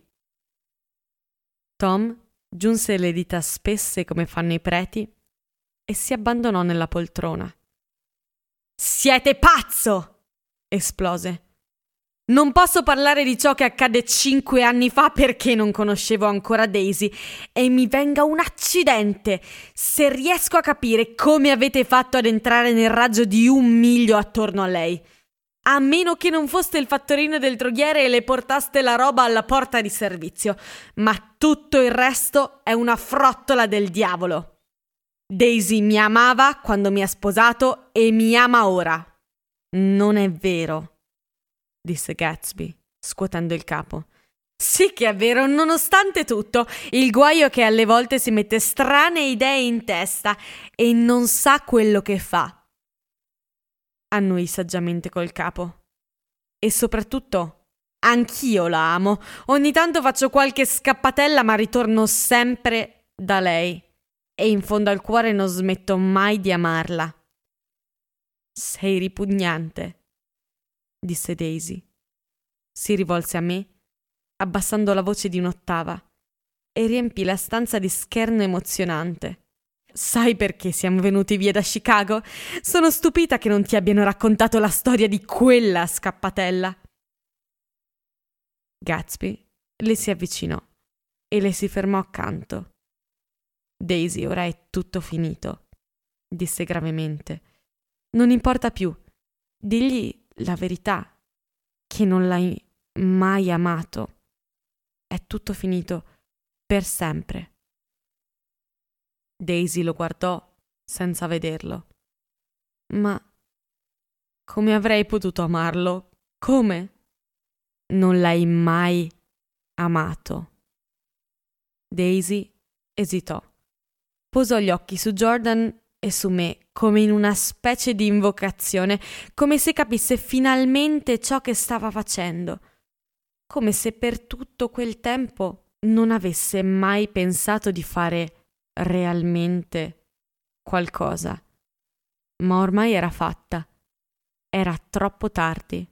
Tom giunse le dita spesse come fanno i preti e si abbandonò nella poltrona. Siete pazzo! Esplose. Non posso parlare di ciò che accadde cinque anni fa perché non conoscevo ancora Daisy e mi venga un accidente se riesco a capire come avete fatto ad entrare nel raggio di un miglio attorno a lei. A meno che non foste il fattorino del droghiere e le portaste la roba alla porta di servizio. Ma tutto il resto è una frottola del diavolo. Daisy mi amava quando mi ha sposato e mi ama ora. Non è vero, disse Gatsby, scuotendo il capo. Sì che è vero, nonostante tutto. Il guaio è che alle volte si mette strane idee in testa e non sa quello che fa. Annui saggiamente col capo. E soprattutto, anch'io la amo. Ogni tanto faccio qualche scappatella, ma ritorno sempre da lei. E in fondo al cuore non smetto mai di amarla. Sei ripugnante, disse Daisy. Si rivolse a me, abbassando la voce di un'ottava, e riempì la stanza di scherno emozionante. Sai perché siamo venuti via da Chicago? Sono stupita che non ti abbiano raccontato la storia di quella scappatella. Gatsby le si avvicinò e le si fermò accanto. Daisy, ora è tutto finito, disse gravemente. Non importa più. Digli la verità, che non l'hai mai amato. È tutto finito per sempre. Daisy lo guardò senza vederlo. Ma come avrei potuto amarlo? Come? Non l'hai mai amato. Daisy esitò. Posò gli occhi su Jordan e su me, come in una specie di invocazione, come se capisse finalmente ciò che stava facendo, come se per tutto quel tempo non avesse mai pensato di fare realmente qualcosa. Ma ormai era fatta. Era troppo tardi.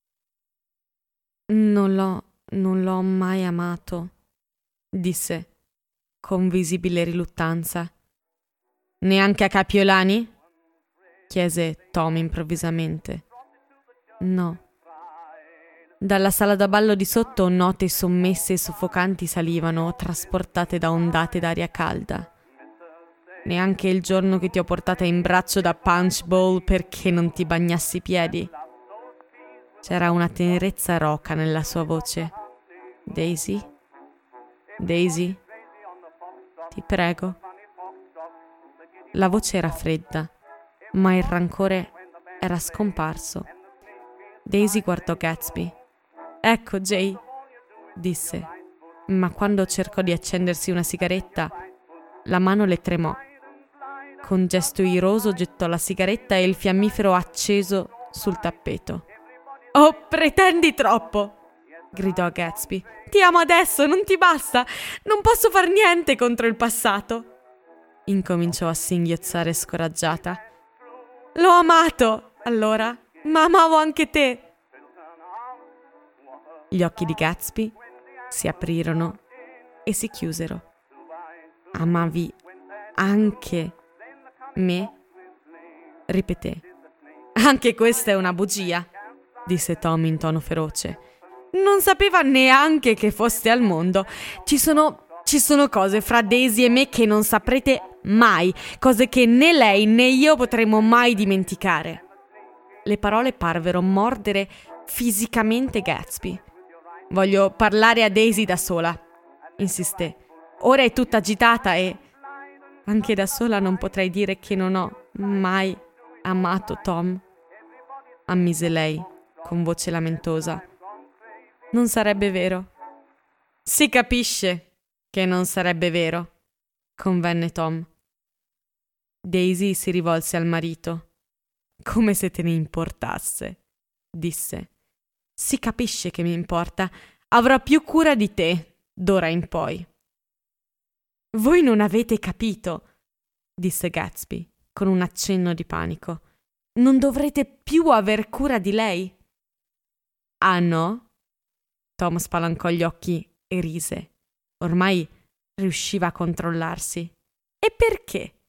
Non l'ho, non l'ho mai amato, disse con visibile riluttanza. Neanche a Capiolani? Chiese Tom improvvisamente. No. Dalla sala da ballo di sotto note sommesse e soffocanti salivano, trasportate da ondate d'aria calda. Neanche il giorno che ti ho portata in braccio da Punch Bowl perché non ti bagnassi i piedi? C'era una tenerezza roca nella sua voce. Daisy? Daisy? Ti prego. La voce era fredda, ma il rancore era scomparso. Daisy guardò Gatsby. Ecco, Jay, disse, ma quando cercò di accendersi una sigaretta, la mano le tremò. Con gesto iroso gettò la sigaretta e il fiammifero acceso sul tappeto. Oh, pretendi troppo! Gridò Gatsby. Ti amo adesso, non ti basta? Non posso far niente contro il passato. Incominciò a singhiozzare scoraggiata. L'ho amato, allora, ma amavo anche te. Gli occhi di Gatsby si aprirono e si chiusero. Amavi anche me? Ripeté. Anche questa è una bugia, disse Tom in tono feroce. Non sapeva neanche che foste al mondo. Ci sono... Ci sono cose fra Daisy e me che non saprete mai, cose che né lei né io potremo mai dimenticare. Le parole parvero mordere fisicamente Gatsby. Voglio parlare a Daisy da sola, insisté. Ora è tutta agitata e anche da sola non potrei dire che non ho mai amato Tom, ammise lei con voce lamentosa. Non sarebbe vero. Si capisce che non sarebbe vero, convenne Tom. Daisy si rivolse al marito. Come se te ne importasse, disse. Si capisce che mi importa. Avrò più cura di te, d'ora in poi. Voi non avete capito, disse Gatsby, con un accenno di panico. Non dovrete più aver cura di lei. Ah no? Tom spalancò gli occhi e rise. Ormai riusciva a controllarsi. E perché?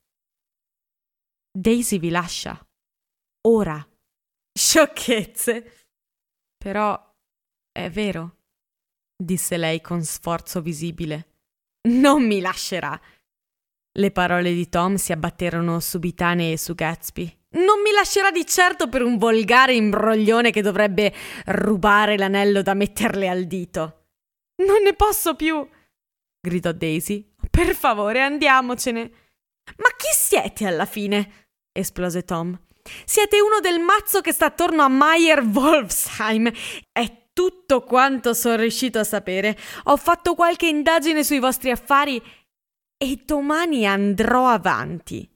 Daisy vi lascia. Ora. Sciocchezze. Però è vero, disse lei con sforzo visibile. Non mi lascerà. Le parole di Tom si abbatterono subitanee su Gatsby. Non mi lascerà di certo per un volgare imbroglione che dovrebbe rubare l'anello da metterle al dito. Non ne posso più, gridò Daisy. Per favore, andiamocene. Ma chi siete alla fine? Esplose Tom. Siete uno del mazzo che sta attorno a Meyer Wolfsheim. È tutto quanto sono riuscito a sapere. Ho fatto qualche indagine sui vostri affari e domani andrò avanti.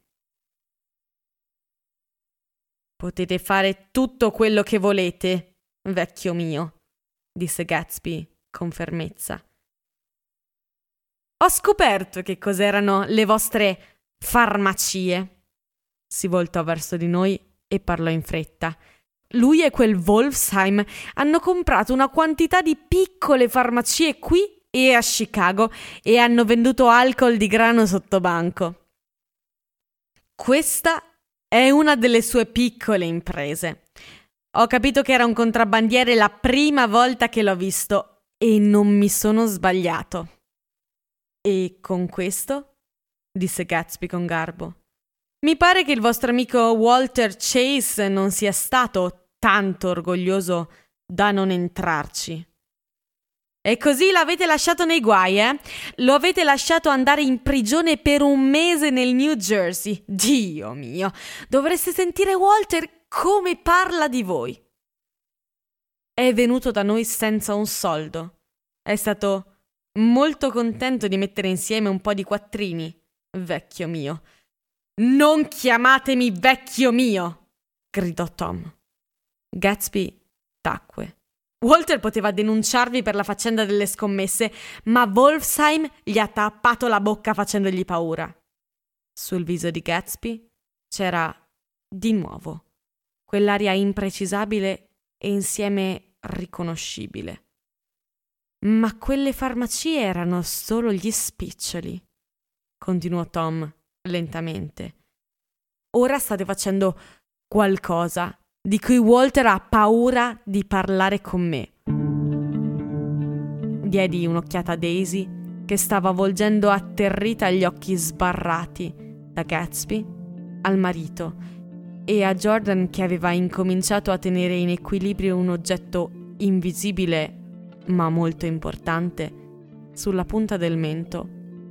Potete fare tutto quello che volete, vecchio mio, disse Gatsby con fermezza. Ho scoperto che cos'erano le vostre farmacie. Si voltò verso di noi e parlò in fretta. Lui e quel Wolfsheim hanno comprato una quantità di piccole farmacie qui e a Chicago e hanno venduto alcol di grano sottobanco. Questa è una delle sue piccole imprese. Ho capito che era un contrabbandiere la prima volta che l'ho visto e non mi sono sbagliato. E con questo? Disse Gatsby con garbo. Mi pare che il vostro amico Walter Chase non sia stato tanto orgoglioso da non entrarci. E così l'avete lasciato nei guai, eh? Lo avete lasciato andare in prigione per un mese nel New Jersey. Dio mio, dovreste sentire Walter come parla di voi. È venuto da noi senza un soldo. È stato molto contento di mettere insieme un po' di quattrini, vecchio mio. Non chiamatemi vecchio mio, gridò Tom. Gatsby tacque. Walter poteva denunciarvi per la faccenda delle scommesse, ma Wolfsheim gli ha tappato la bocca facendogli paura. Sul viso di Gatsby c'era, di nuovo, quell'aria imprecisabile e insieme riconoscibile. Ma quelle farmacie erano solo gli spiccioli, continuò Tom lentamente. Ora state facendo qualcosa di cui Walter ha paura di parlare con me. Diedi un'occhiata a Daisy, che stava volgendo atterrita gli occhi sbarrati da Gatsby al marito e a Jordan, che aveva incominciato a tenere in equilibrio un oggetto invisibile ma molto importante sulla punta del mento.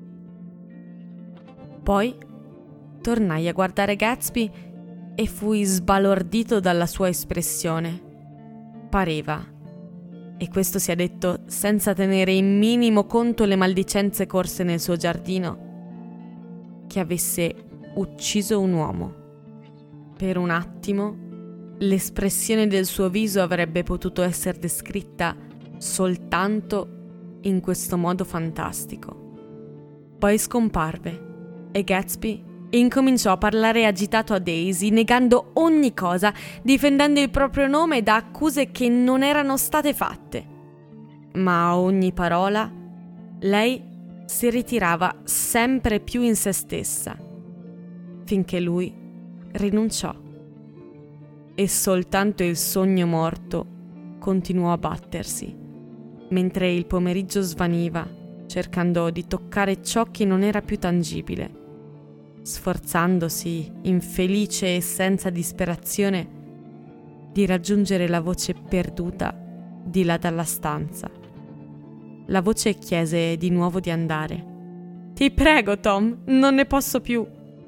Poi tornai a guardare Gatsby e fui sbalordito dalla sua espressione. Pareva, e questo sia detto senza tenere in minimo conto le maldicenze corse nel suo giardino, che avesse ucciso un uomo. Per un attimo l'espressione del suo viso avrebbe potuto essere descritta soltanto in questo modo fantastico. Poi scomparve e Gatsby incominciò a parlare agitato a Daisy, negando ogni cosa, difendendo il proprio nome da accuse che non erano state fatte. Ma a ogni parola lei si ritirava sempre più in se stessa, finché lui rinunciò e soltanto il sogno morto continuò a battersi, mentre il pomeriggio svaniva, cercando di toccare ciò che non era più tangibile, sforzandosi, infelice e senza disperazione, di raggiungere la voce perduta di là dalla stanza. La voce chiese di nuovo di andare. «Ti prego, Tom, non ne posso più!»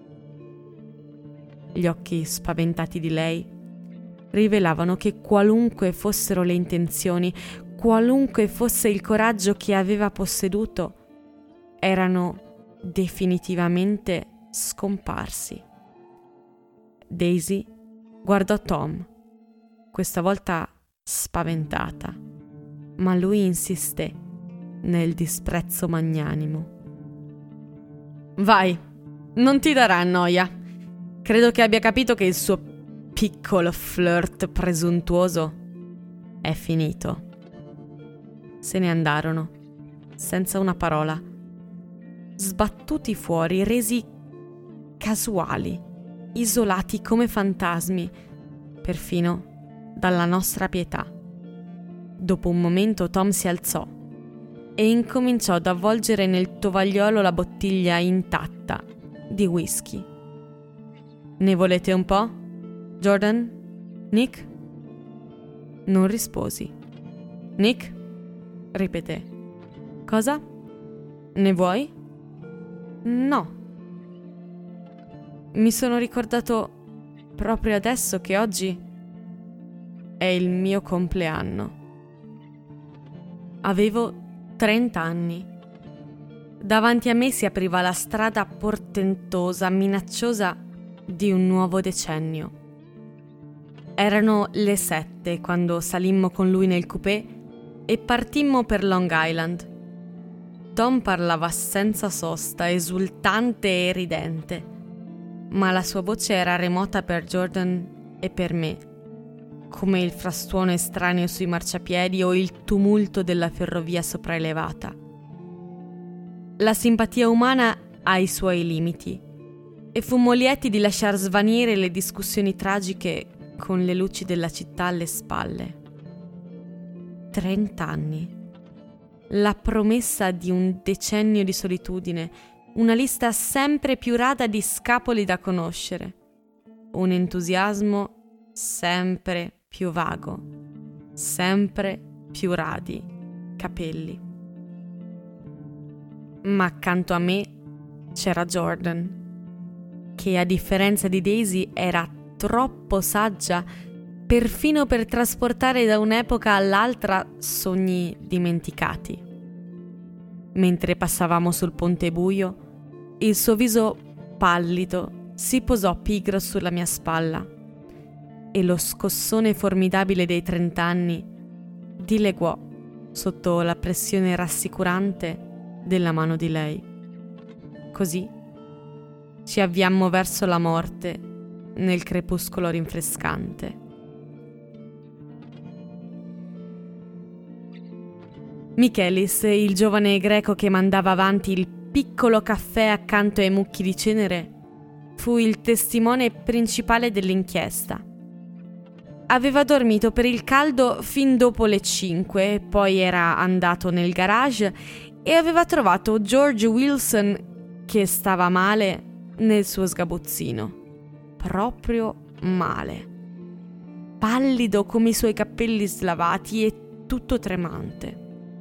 Gli occhi spaventati di lei rivelavano che qualunque fossero le intenzioni, qualunque fosse il coraggio che aveva posseduto, erano definitivamente scomparsi. Daisy guardò Tom, questa volta spaventata, ma lui insisté nel disprezzo magnanimo. «Vai, non ti darà noia. Credo che abbia capito che il suo piccolo flirt presuntuoso è finito». Se ne andarono, senza una parola, sbattuti fuori, resi casuali, isolati come fantasmi, perfino dalla nostra pietà. Dopo un momento Tom si alzò e incominciò ad avvolgere nel tovagliolo la bottiglia intatta di whisky. «Ne volete un po'? Jordan? Nick?» Non risposi. «Nick?» ripeté. «Cosa? Ne vuoi?» «No». Mi sono ricordato proprio adesso che oggi è il mio compleanno. Avevo trenta anni. Davanti a me si apriva la strada portentosa, minacciosa di un nuovo decennio. Erano le sette quando salimmo con lui nel coupé e partimmo per Long Island. Tom parlava senza sosta, esultante e ridente, ma la sua voce era remota per Jordan e per me, come il frastuono estraneo sui marciapiedi o il tumulto della ferrovia sopraelevata. La simpatia umana ha i suoi limiti e fummo lieti di lasciar svanire le discussioni tragiche con le luci della città alle spalle. Trent'anni. La promessa di un decennio di solitudine, una lista sempre più rada di scapoli da conoscere, un entusiasmo sempre più vago, sempre più radi capelli. Ma accanto a me c'era Jordan, che a differenza di Daisy era troppo saggia perfino per trasportare da un'epoca all'altra sogni dimenticati. Mentre passavamo sul ponte buio, il suo viso pallido si posò pigro sulla mia spalla e lo scossone formidabile dei trent'anni dileguò sotto la pressione rassicurante della mano di lei. Così ci avviammo verso la morte nel crepuscolo rinfrescante. Michelis, il giovane greco che mandava avanti il piccolo caffè accanto ai mucchi di cenere, fu il testimone principale dell'inchiesta. Aveva dormito per il caldo fin dopo le cinque, poi era andato nel garage e aveva trovato George Wilson che stava male nel suo sgabuzzino. Proprio male. Pallido come i suoi capelli slavati e tutto tremante.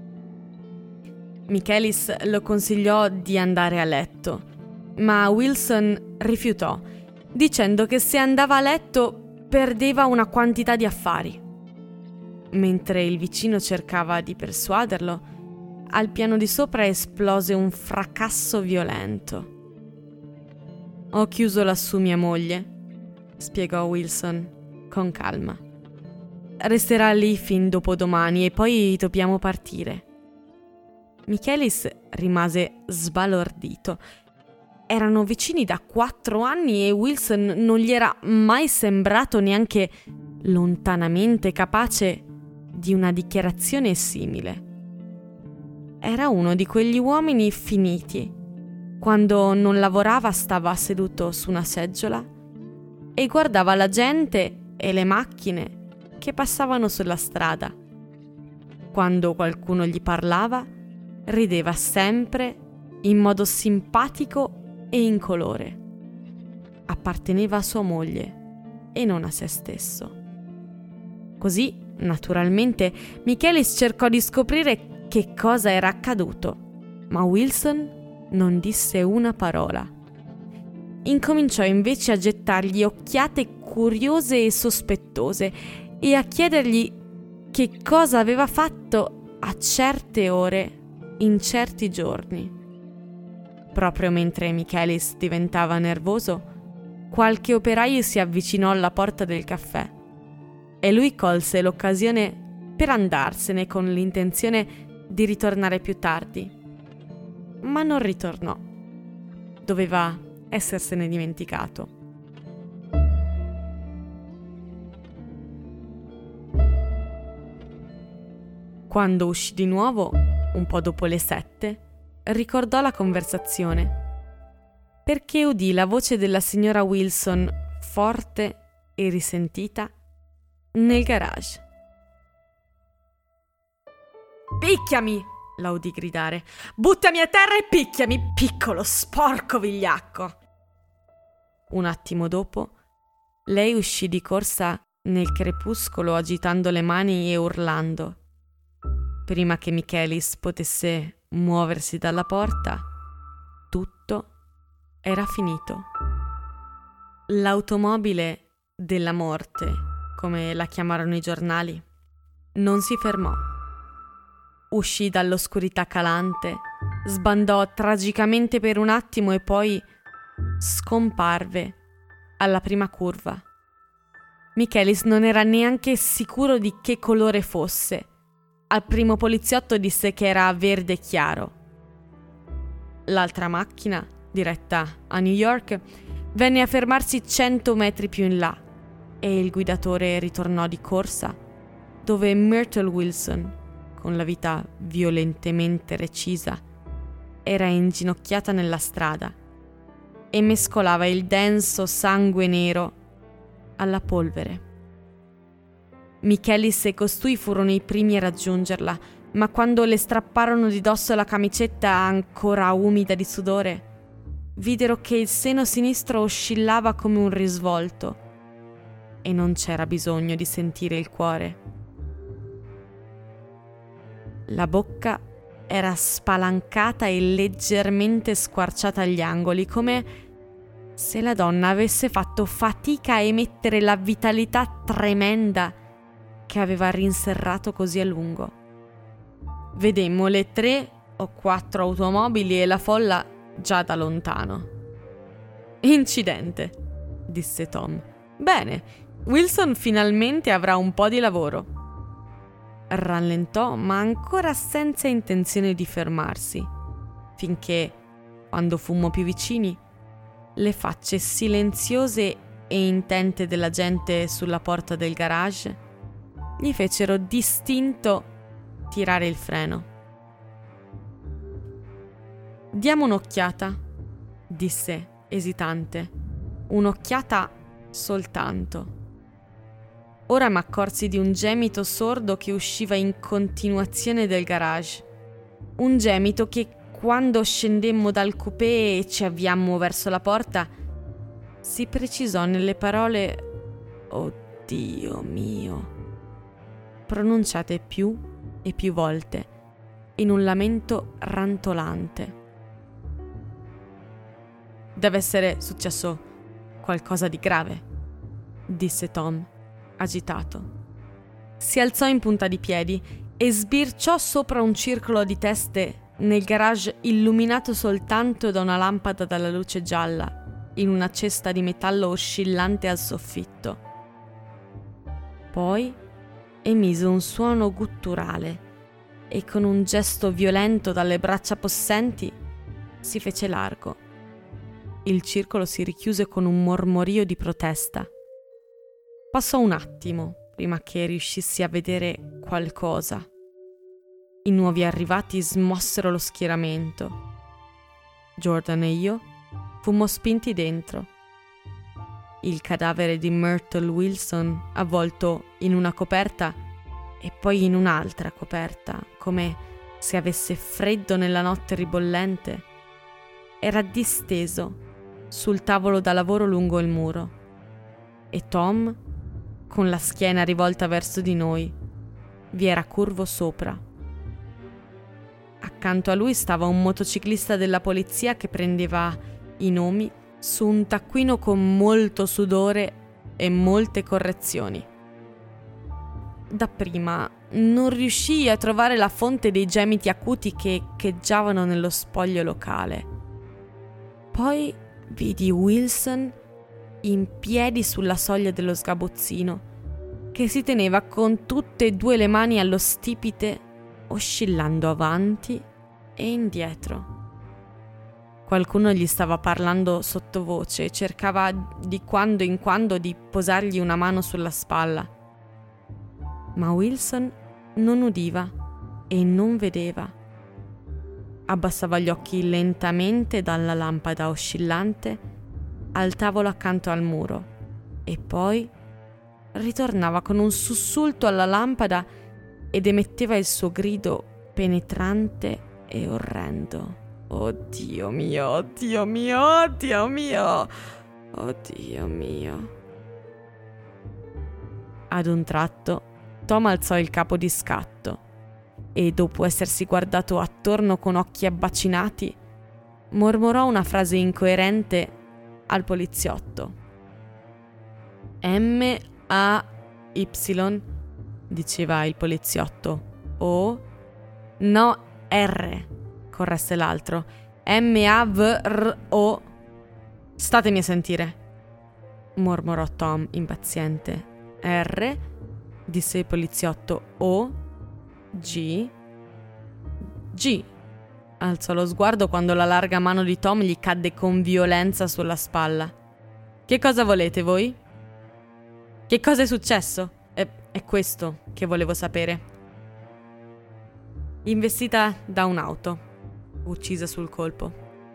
Michelis lo consigliò di andare a letto, ma Wilson rifiutò, dicendo che se andava a letto perdeva una quantità di affari. Mentre il vicino cercava di persuaderlo, al piano di sopra esplose un fracasso violento. «Ho chiuso lassù mia moglie», spiegò Wilson con calma. «Resterà lì fin dopodomani e poi dobbiamo partire». Michelis rimase sbalordito. Erano vicini da quattro anni e Wilson non gli era mai sembrato neanche lontanamente capace di una dichiarazione simile. Era uno di quegli uomini finiti. Quando non lavorava stava seduto su una seggiola e guardava la gente e le macchine che passavano sulla strada. Quando qualcuno gli parlava, rideva sempre in modo simpatico e incolore. Apparteneva a sua moglie e non a se stesso. Così, naturalmente, Michelis cercò di scoprire che cosa era accaduto, ma Wilson non disse una parola. Incominciò invece a gettargli occhiate curiose e sospettose e a chiedergli che cosa aveva fatto a certe ore in certi giorni. Proprio mentre Michelis diventava nervoso, qualche operaio si avvicinò alla porta del caffè e lui colse l'occasione per andarsene con l'intenzione di ritornare più tardi. Ma non ritornò. Doveva essersene dimenticato. Quando uscì di nuovo, un po' dopo le sette, ricordò la conversazione, perché udì la voce della signora Wilson, forte e risentita, nel garage. «Picchiami!» la udì gridare. «Buttami a terra e picchiami, piccolo sporco vigliacco!» Un attimo dopo, lei uscì di corsa nel crepuscolo agitando le mani e urlando. Prima che Michelis potesse muoversi dalla porta, tutto era finito. L'automobile della morte, come la chiamarono i giornali, non si fermò. uscì dall'oscurità calante, sbandò tragicamente per un attimo e poi scomparve alla prima curva. Michaelis non era neanche sicuro di che colore fosse. Al primo poliziotto disse che era verde chiaro. L'altra macchina, diretta a New York, venne a fermarsi cento metri più in là e il guidatore ritornò di corsa, dove Myrtle Wilson, con la vita violentemente recisa, era inginocchiata nella strada e mescolava il denso sangue nero alla polvere. Michaelis e costui furono i primi a raggiungerla, ma quando le strapparono di dosso la camicetta ancora umida di sudore, videro che il seno sinistro oscillava come un risvolto e non c'era bisogno di sentire il cuore. La bocca era spalancata e leggermente squarciata agli angoli, come se la donna avesse fatto fatica a emettere la vitalità tremenda che aveva rinserrato così a lungo. Vedemmo le tre o quattro automobili e la folla già da lontano. Incidente, disse Tom. Bene, Wilson finalmente avrà un po' di lavoro. Rallentò, ma ancora senza intenzione di fermarsi, finché, quando fummo più vicini, le facce silenziose e intente della gente sulla porta del garage gli fecero distinto tirare il freno. Diamo un'occhiata, disse esitante. Un'occhiata soltanto. Ora m'accorsi di un gemito sordo che usciva in continuazione del garage. Un gemito che, quando scendemmo dal coupé e ci avviammo verso la porta, si precisò nelle parole «Oddio mio», pronunciate più e più volte, in un lamento rantolante. «Deve essere successo qualcosa di grave», disse Tom, agitato. Si alzò in punta di piedi e sbirciò sopra un circolo di teste nel garage illuminato soltanto da una lampada dalla luce gialla in una cesta di metallo oscillante al soffitto. Poi emise un suono gutturale e con un gesto violento dalle braccia possenti si fece largo. Il circolo si richiuse con un mormorio di protesta. Passò un attimo prima che riuscissi a vedere qualcosa. I nuovi arrivati smossero lo schieramento. Jordan e io fummo spinti dentro. Il cadavere di Myrtle Wilson, avvolto in una coperta e poi in un'altra coperta, come se avesse freddo nella notte ribollente, era disteso sul tavolo da lavoro lungo il muro. E Tom, con la schiena rivolta verso di noi, vi era curvo sopra. Accanto a lui stava un motociclista della polizia che prendeva i nomi su un taccuino con molto sudore e molte correzioni. Dapprima non riuscii a trovare la fonte dei gemiti acuti che echeggiavano nello spoglio locale. Poi vidi Wilson in piedi sulla soglia dello sgabuzzino, che si teneva con tutte e due le mani allo stipite, oscillando avanti e indietro. Qualcuno gli stava parlando sottovoce e cercava di quando in quando di posargli una mano sulla spalla. Ma Wilson non udiva e non vedeva. Abbassava gli occhi lentamente dalla lampada oscillante al tavolo accanto al muro e poi ritornava con un sussulto alla lampada ed emetteva il suo grido penetrante e orrendo. Oddio mio, oddio mio, oddio mio, oddio mio. Ad un tratto Tom alzò il capo di scatto e, dopo essersi guardato attorno con occhi abbacinati, mormorò una frase incoerente al poliziotto. M A Y, diceva il poliziotto, O No, R, corresse l'altro. M A V R O. Statemi a sentire, mormorò Tom impaziente. R, disse il poliziotto. O, G, G. Alzò lo sguardo quando la larga mano di Tom gli cadde con violenza sulla spalla. Che cosa volete voi? Che cosa è successo? È, è questo che volevo sapere. Investita da un'auto, uccisa sul colpo.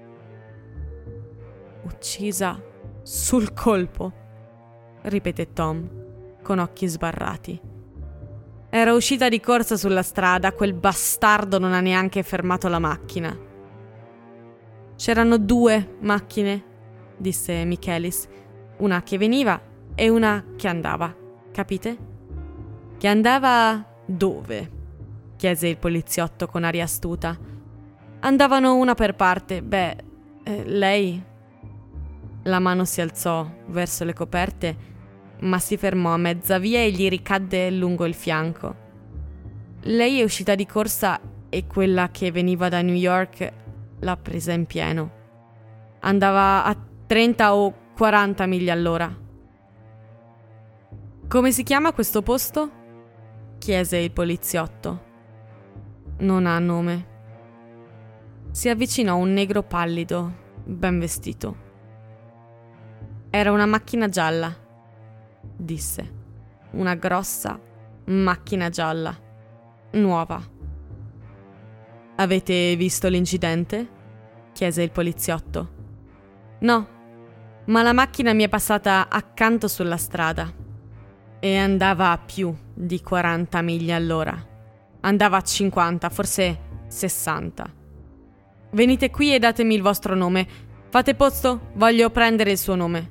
Uccisa sul colpo? Ripeté Tom, con occhi sbarrati. Era uscita di corsa sulla strada, quel bastardo non ha neanche fermato la macchina. C'erano due macchine, disse Michaelis, una che veniva e una che andava, capite? Che andava dove? Chiese il poliziotto con aria astuta. Andavano una per parte, beh, eh, lei... La mano si alzò verso le coperte, ma si fermò a mezza via e gli ricadde lungo il fianco. Lei è uscita di corsa e quella che veniva da New York l'ha presa in pieno. Andava a trenta o quaranta miglia all'ora. Come si chiama questo posto? Chiese il poliziotto. Non ha nome. Si avvicinò un negro pallido, ben vestito. Era una macchina gialla, disse. Una grossa macchina gialla, nuova. Avete visto l'incidente? Chiese il poliziotto. No, ma la macchina mi è passata accanto sulla strada e andava a più di quaranta miglia all'ora. Andava a cinquanta, forse sessanta. Venite qui e datemi il vostro nome. Fate posto, voglio prendere il suo nome.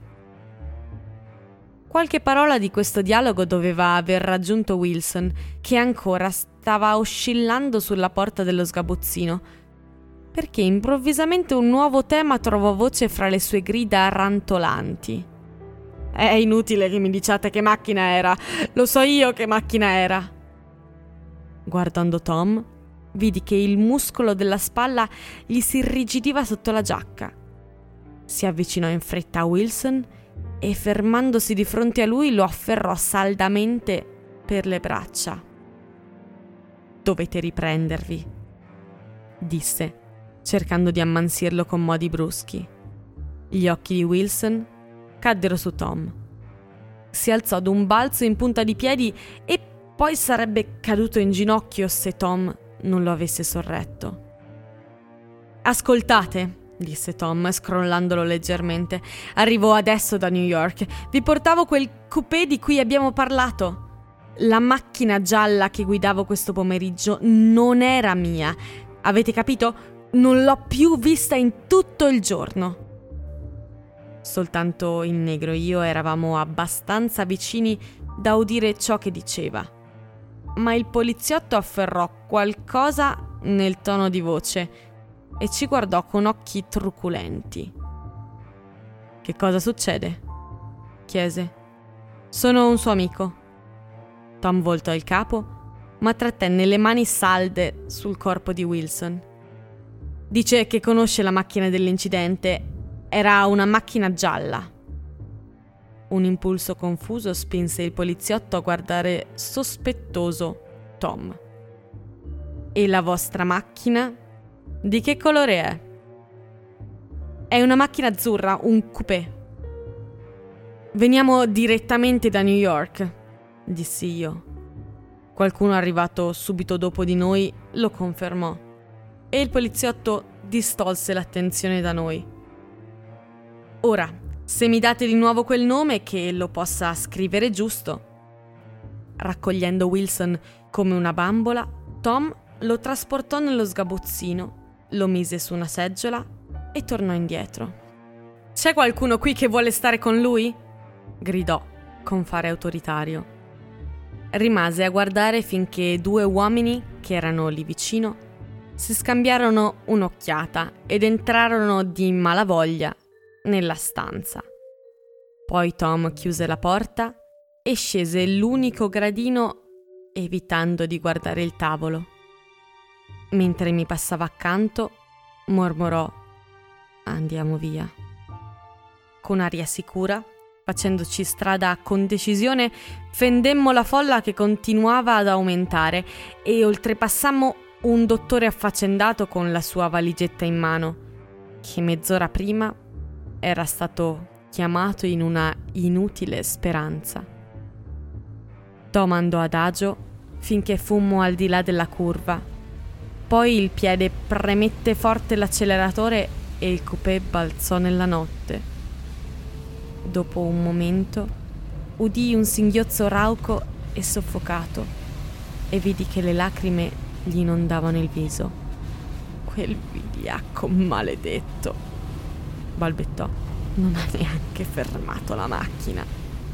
Qualche parola di questo dialogo doveva aver raggiunto Wilson, che ancora stava oscillando sulla porta dello sgabuzzino, perché improvvisamente un nuovo tema trovò voce fra le sue grida rantolanti. È inutile che mi diciate che macchina era, lo so io che macchina era. Guardando Tom, vidi che il muscolo della spalla gli si irrigidiva sotto la giacca. Si avvicinò in fretta a Wilson e, fermandosi di fronte a lui, lo afferrò saldamente per le braccia. Dovete riprendervi, disse, cercando di ammansirlo con modi bruschi. Gli occhi di Wilson caddero su Tom. Si alzò d'un balzo in punta di piedi e poi sarebbe caduto in ginocchio se Tom non lo avesse sorretto. Ascoltate, disse Tom, scrollandolo leggermente. Arrivo adesso da New York. Vi portavo quel coupé di cui abbiamo parlato. La macchina gialla che guidavo questo pomeriggio non era mia. Avete capito? Non l'ho più vista in tutto il giorno. Soltanto il negro e io eravamo abbastanza vicini da udire ciò che diceva. Ma il poliziotto afferrò qualcosa nel tono di voce e ci guardò con occhi truculenti. Che cosa succede? Chiese. Sono un suo amico. Tom voltò il capo, ma trattenne le mani salde sul corpo di Wilson. Dice che conosce la macchina dell'incidente. Era una macchina gialla. Un impulso confuso spinse il poliziotto a guardare sospettoso Tom. E la vostra macchina? Di che colore è? È una macchina azzurra, un coupé. Veniamo direttamente da New York, dissi io. Qualcuno arrivato subito dopo di noi lo confermò e il poliziotto distolse l'attenzione da noi. Ora, se mi date di nuovo quel nome che lo possa scrivere giusto. Raccogliendo Wilson come una bambola, Tom lo trasportò nello sgabuzzino, lo mise su una seggiola e tornò indietro. C'è qualcuno qui che vuole stare con lui? Gridò con fare autoritario. Rimase a guardare finché due uomini che erano lì vicino si scambiarono un'occhiata ed entrarono di malavoglia nella stanza. Poi Tom chiuse la porta e scese l'unico gradino evitando di guardare il tavolo. Mentre mi passava accanto, mormorò: «Andiamo via». Con aria sicura, facendoci strada con decisione, fendemmo la folla che continuava ad aumentare e oltrepassammo un dottore affaccendato con la sua valigetta in mano, che mezz'ora prima era stato chiamato in una inutile speranza. Tom andò adagio finché fummo al di là della curva. Poi il piede premette forte l'acceleratore e il coupé balzò nella notte. Dopo un momento udii un singhiozzo rauco e soffocato e vidi che le lacrime gli inondavano il viso. «Quel vigliacco maledetto», balbettò. «Non ha neanche fermato la macchina».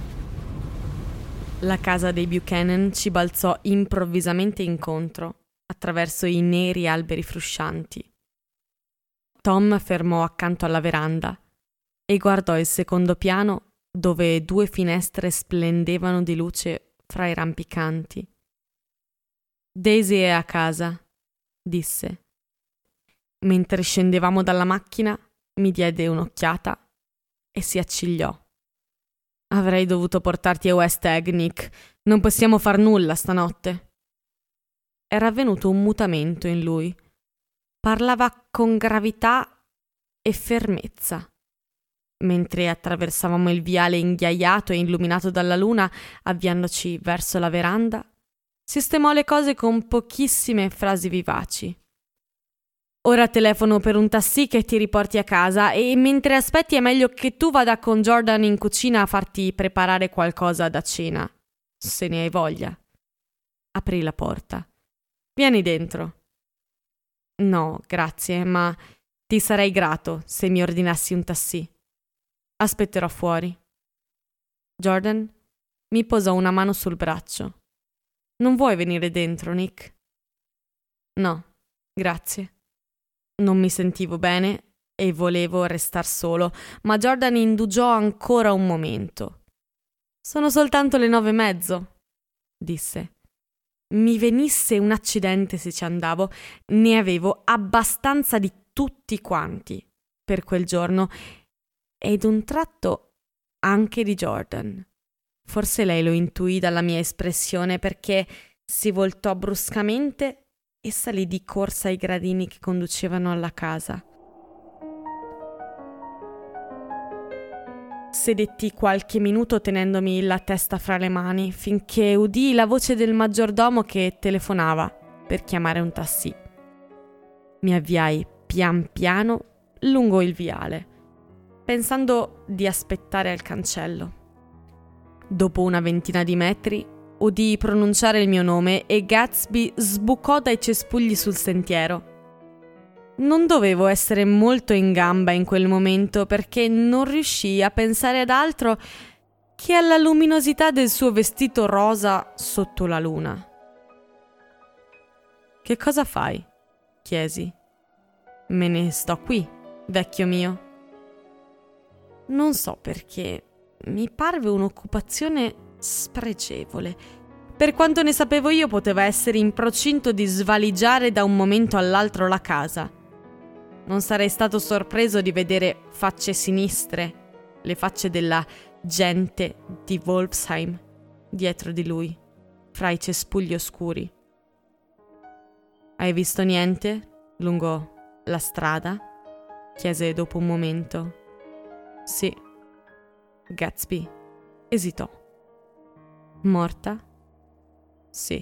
La casa dei Buchanan ci balzò improvvisamente incontro, attraverso i neri alberi fruscianti. Tom fermò accanto alla veranda e guardò il secondo piano, dove due finestre splendevano di luce fra i rampicanti. «Daisy è a casa», disse. Mentre scendevamo dalla macchina, mi diede un'occhiata e si accigliò. «Avrei dovuto portarti a West Egg, Nick. Non possiamo far nulla stanotte». Era avvenuto un mutamento in lui. Parlava con gravità e fermezza. Mentre attraversavamo il viale inghiaiato e illuminato dalla luna, avviandoci verso la veranda, sistemò le cose con pochissime frasi vivaci. «Ora telefono per un taxi che ti riporti a casa e mentre aspetti è meglio che tu vada con Jordan in cucina a farti preparare qualcosa da cena, se ne hai voglia». Aprì la porta. «Vieni dentro». «No, grazie, ma ti sarei grato se mi ordinassi un taxi. Aspetterò fuori». Jordan mi posò una mano sul braccio. «Non vuoi venire dentro, Nick?» «No, grazie». Non mi sentivo bene e volevo restar solo, ma Jordan indugiò ancora un momento. «Sono soltanto le nove e mezzo», disse. Mi venisse un accidente se ci andavo, ne avevo abbastanza di tutti quanti per quel giorno e d'un tratto anche di Jordan. Forse lei lo intuì dalla mia espressione perché si voltò bruscamente e salì di corsa ai gradini che conducevano alla casa. Sedetti qualche minuto tenendomi la testa fra le mani finché udii la voce del maggiordomo che telefonava per chiamare un taxi. Mi avviai pian piano lungo il viale, pensando di aspettare al cancello. Dopo una ventina di metri udii pronunciare il mio nome e Gatsby sbucò dai cespugli sul sentiero. Non dovevo essere molto in gamba in quel momento perché non riuscii a pensare ad altro che alla luminosità del suo vestito rosa sotto la luna. «Che cosa fai?» chiesi. «Me ne sto qui, vecchio mio». Non so perché, mi parve un'occupazione spregevole. Per quanto ne sapevo io, poteva essere in procinto di svaligiare da un momento all'altro la casa. Non sarei stato sorpreso di vedere facce sinistre, le facce della gente di Wolfsheim, dietro di lui, fra i cespugli oscuri. «Hai visto niente lungo la strada?» chiese dopo un momento. «Sì». Gatsby esitò. «Morta?» «Sì».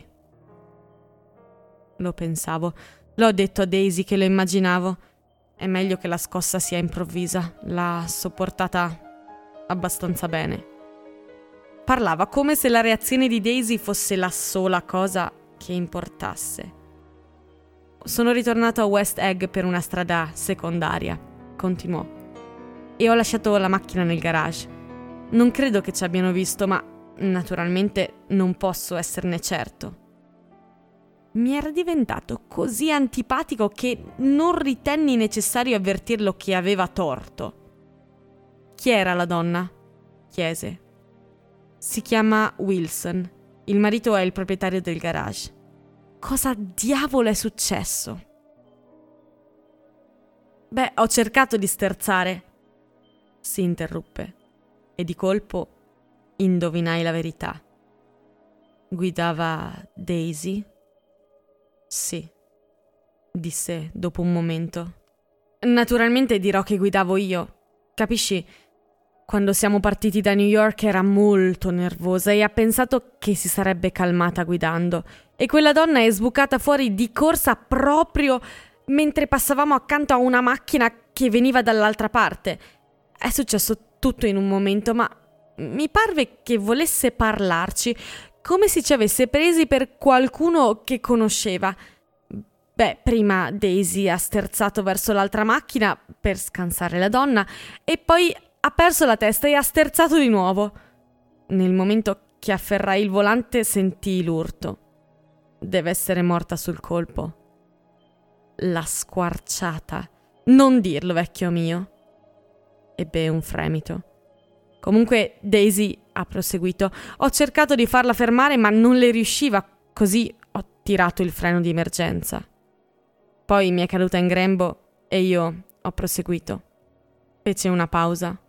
Lo pensavo. L'ho detto a Daisy che lo immaginavo. È meglio che la scossa sia improvvisa. L'ha sopportata abbastanza bene. Parlava come se la reazione di Daisy fosse la sola cosa che importasse. «Sono ritornato a West Egg per una strada secondaria», continuò, «e ho lasciato la macchina nel garage. Non credo che ci abbiano visto, ma naturalmente non posso esserne certo». Mi era diventato così antipatico che non ritenni necessario avvertirlo che aveva torto. «Chi era la donna?» chiese. «Si chiama Wilson. Il marito è il proprietario del garage». «Cosa diavolo è successo?» Beh, ho cercato di sterzare. Si interruppe e di colpo indovinai la verità. Guidava Daisy? Sì, disse dopo un momento. Naturalmente dirò che guidavo io. Capisci? Quando siamo partiti da New York era molto nervosa e ha pensato che si sarebbe calmata guidando. E quella donna è sbucata fuori di corsa proprio mentre passavamo accanto a una macchina che veniva dall'altra parte. È successo tutto in un momento, ma mi parve che volesse parlarci, come se ci avesse presi per qualcuno che conosceva. Beh, prima Daisy ha sterzato verso l'altra macchina per scansare la donna e poi ha perso la testa e ha sterzato di nuovo. Nel momento che afferrai il volante sentii l'urto. Deve essere morta sul colpo. L'ha squarciata. Non dirlo, vecchio mio. Ebbe un fremito. Comunque Daisy ha proseguito. Ho cercato di farla fermare ma non le riusciva, così ho tirato il freno di emergenza. Poi mi è caduta in grembo e io ho proseguito. Fece una pausa.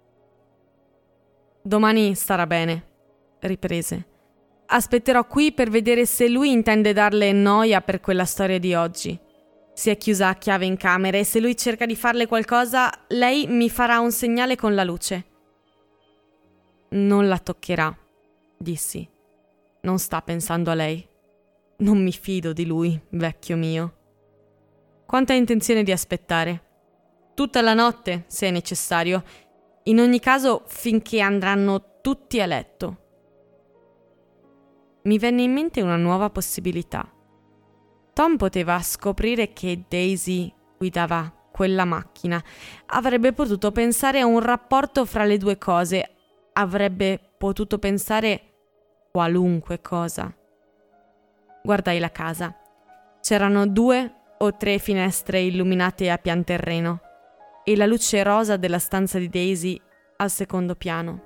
Domani starà bene, riprese. Aspetterò qui per vedere se lui intende darle noia per quella storia di oggi. Si è chiusa a chiave in camera e se lui cerca di farle qualcosa, lei mi farà un segnale con la luce. Non la toccherà, dissi. Non sta pensando a lei. Non mi fido di lui, vecchio mio. Quanto ha intenzione di aspettare? Tutta la notte, se è necessario. In ogni caso, finché andranno tutti a letto. Mi venne in mente una nuova possibilità. Tom poteva scoprire che Daisy guidava quella macchina. Avrebbe potuto pensare a un rapporto fra le due cose. Avrebbe potuto pensare qualunque cosa. Guardai la casa. C'erano due o tre finestre illuminate a pian terreno e la luce rosa della stanza di Daisy al secondo piano.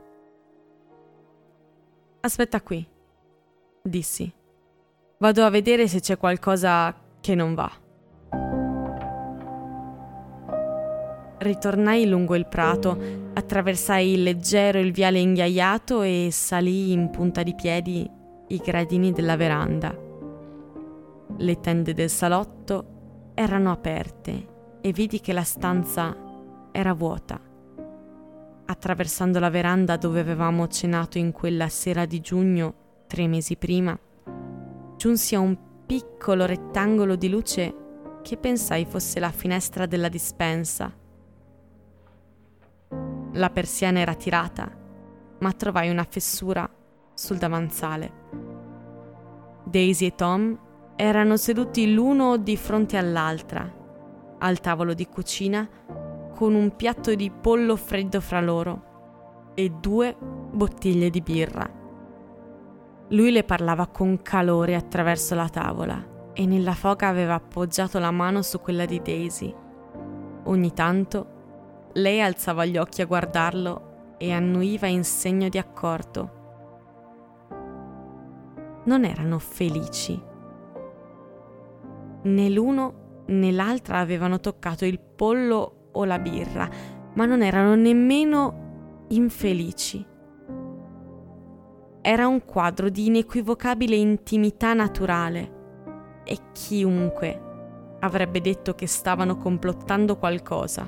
Aspetta qui, dissi. Vado a vedere se c'è qualcosa che non va. Ritornai lungo il prato, attraversai il leggero il viale inghiaiato e salii in punta di piedi i gradini della veranda. Le tende del salotto erano aperte e vidi che la stanza era vuota. Attraversando la veranda dove avevamo cenato in quella sera di giugno, tre mesi prima, giunsi a un piccolo rettangolo di luce che pensai fosse la finestra della dispensa. La persiana era tirata, ma trovai una fessura sul davanzale. Daisy e Tom erano seduti l'uno di fronte all'altra, al tavolo di cucina, con un piatto di pollo freddo fra loro e due bottiglie di birra. Lui le parlava con calore attraverso la tavola e nella foca aveva appoggiato la mano su quella di Daisy. Ogni tanto lei alzava gli occhi a guardarlo e annuiva in segno di accordo. Non erano felici. Né l'uno né l'altra avevano toccato il pollo o la birra, ma non erano nemmeno infelici. Era un quadro di inequivocabile intimità naturale e chiunque avrebbe detto che stavano complottando qualcosa.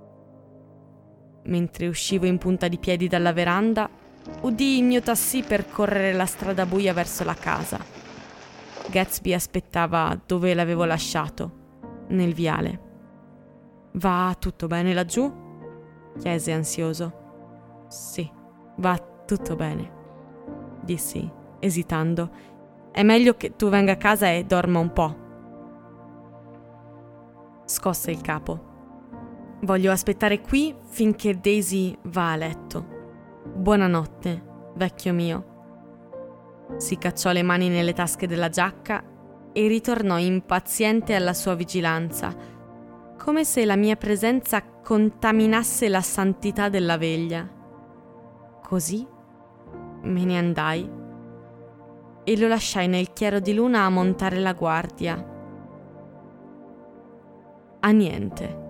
Mentre uscivo in punta di piedi dalla veranda, udii il mio tassì percorrere la strada buia verso la casa. Gatsby aspettava dove l'avevo lasciato, nel viale. «Va tutto bene laggiù?» chiese ansioso. «Sì, va tutto bene», dissi, esitando. «È meglio che tu venga a casa e dorma un po'». Scosse il capo. «Voglio aspettare qui finché Daisy va a letto. Buonanotte, vecchio mio». Si cacciò le mani nelle tasche della giacca e ritornò impaziente alla sua vigilanza, come se la mia presenza contaminasse la santità della veglia. Così me ne andai e lo lasciai nel chiaro di luna a montare la guardia. A niente.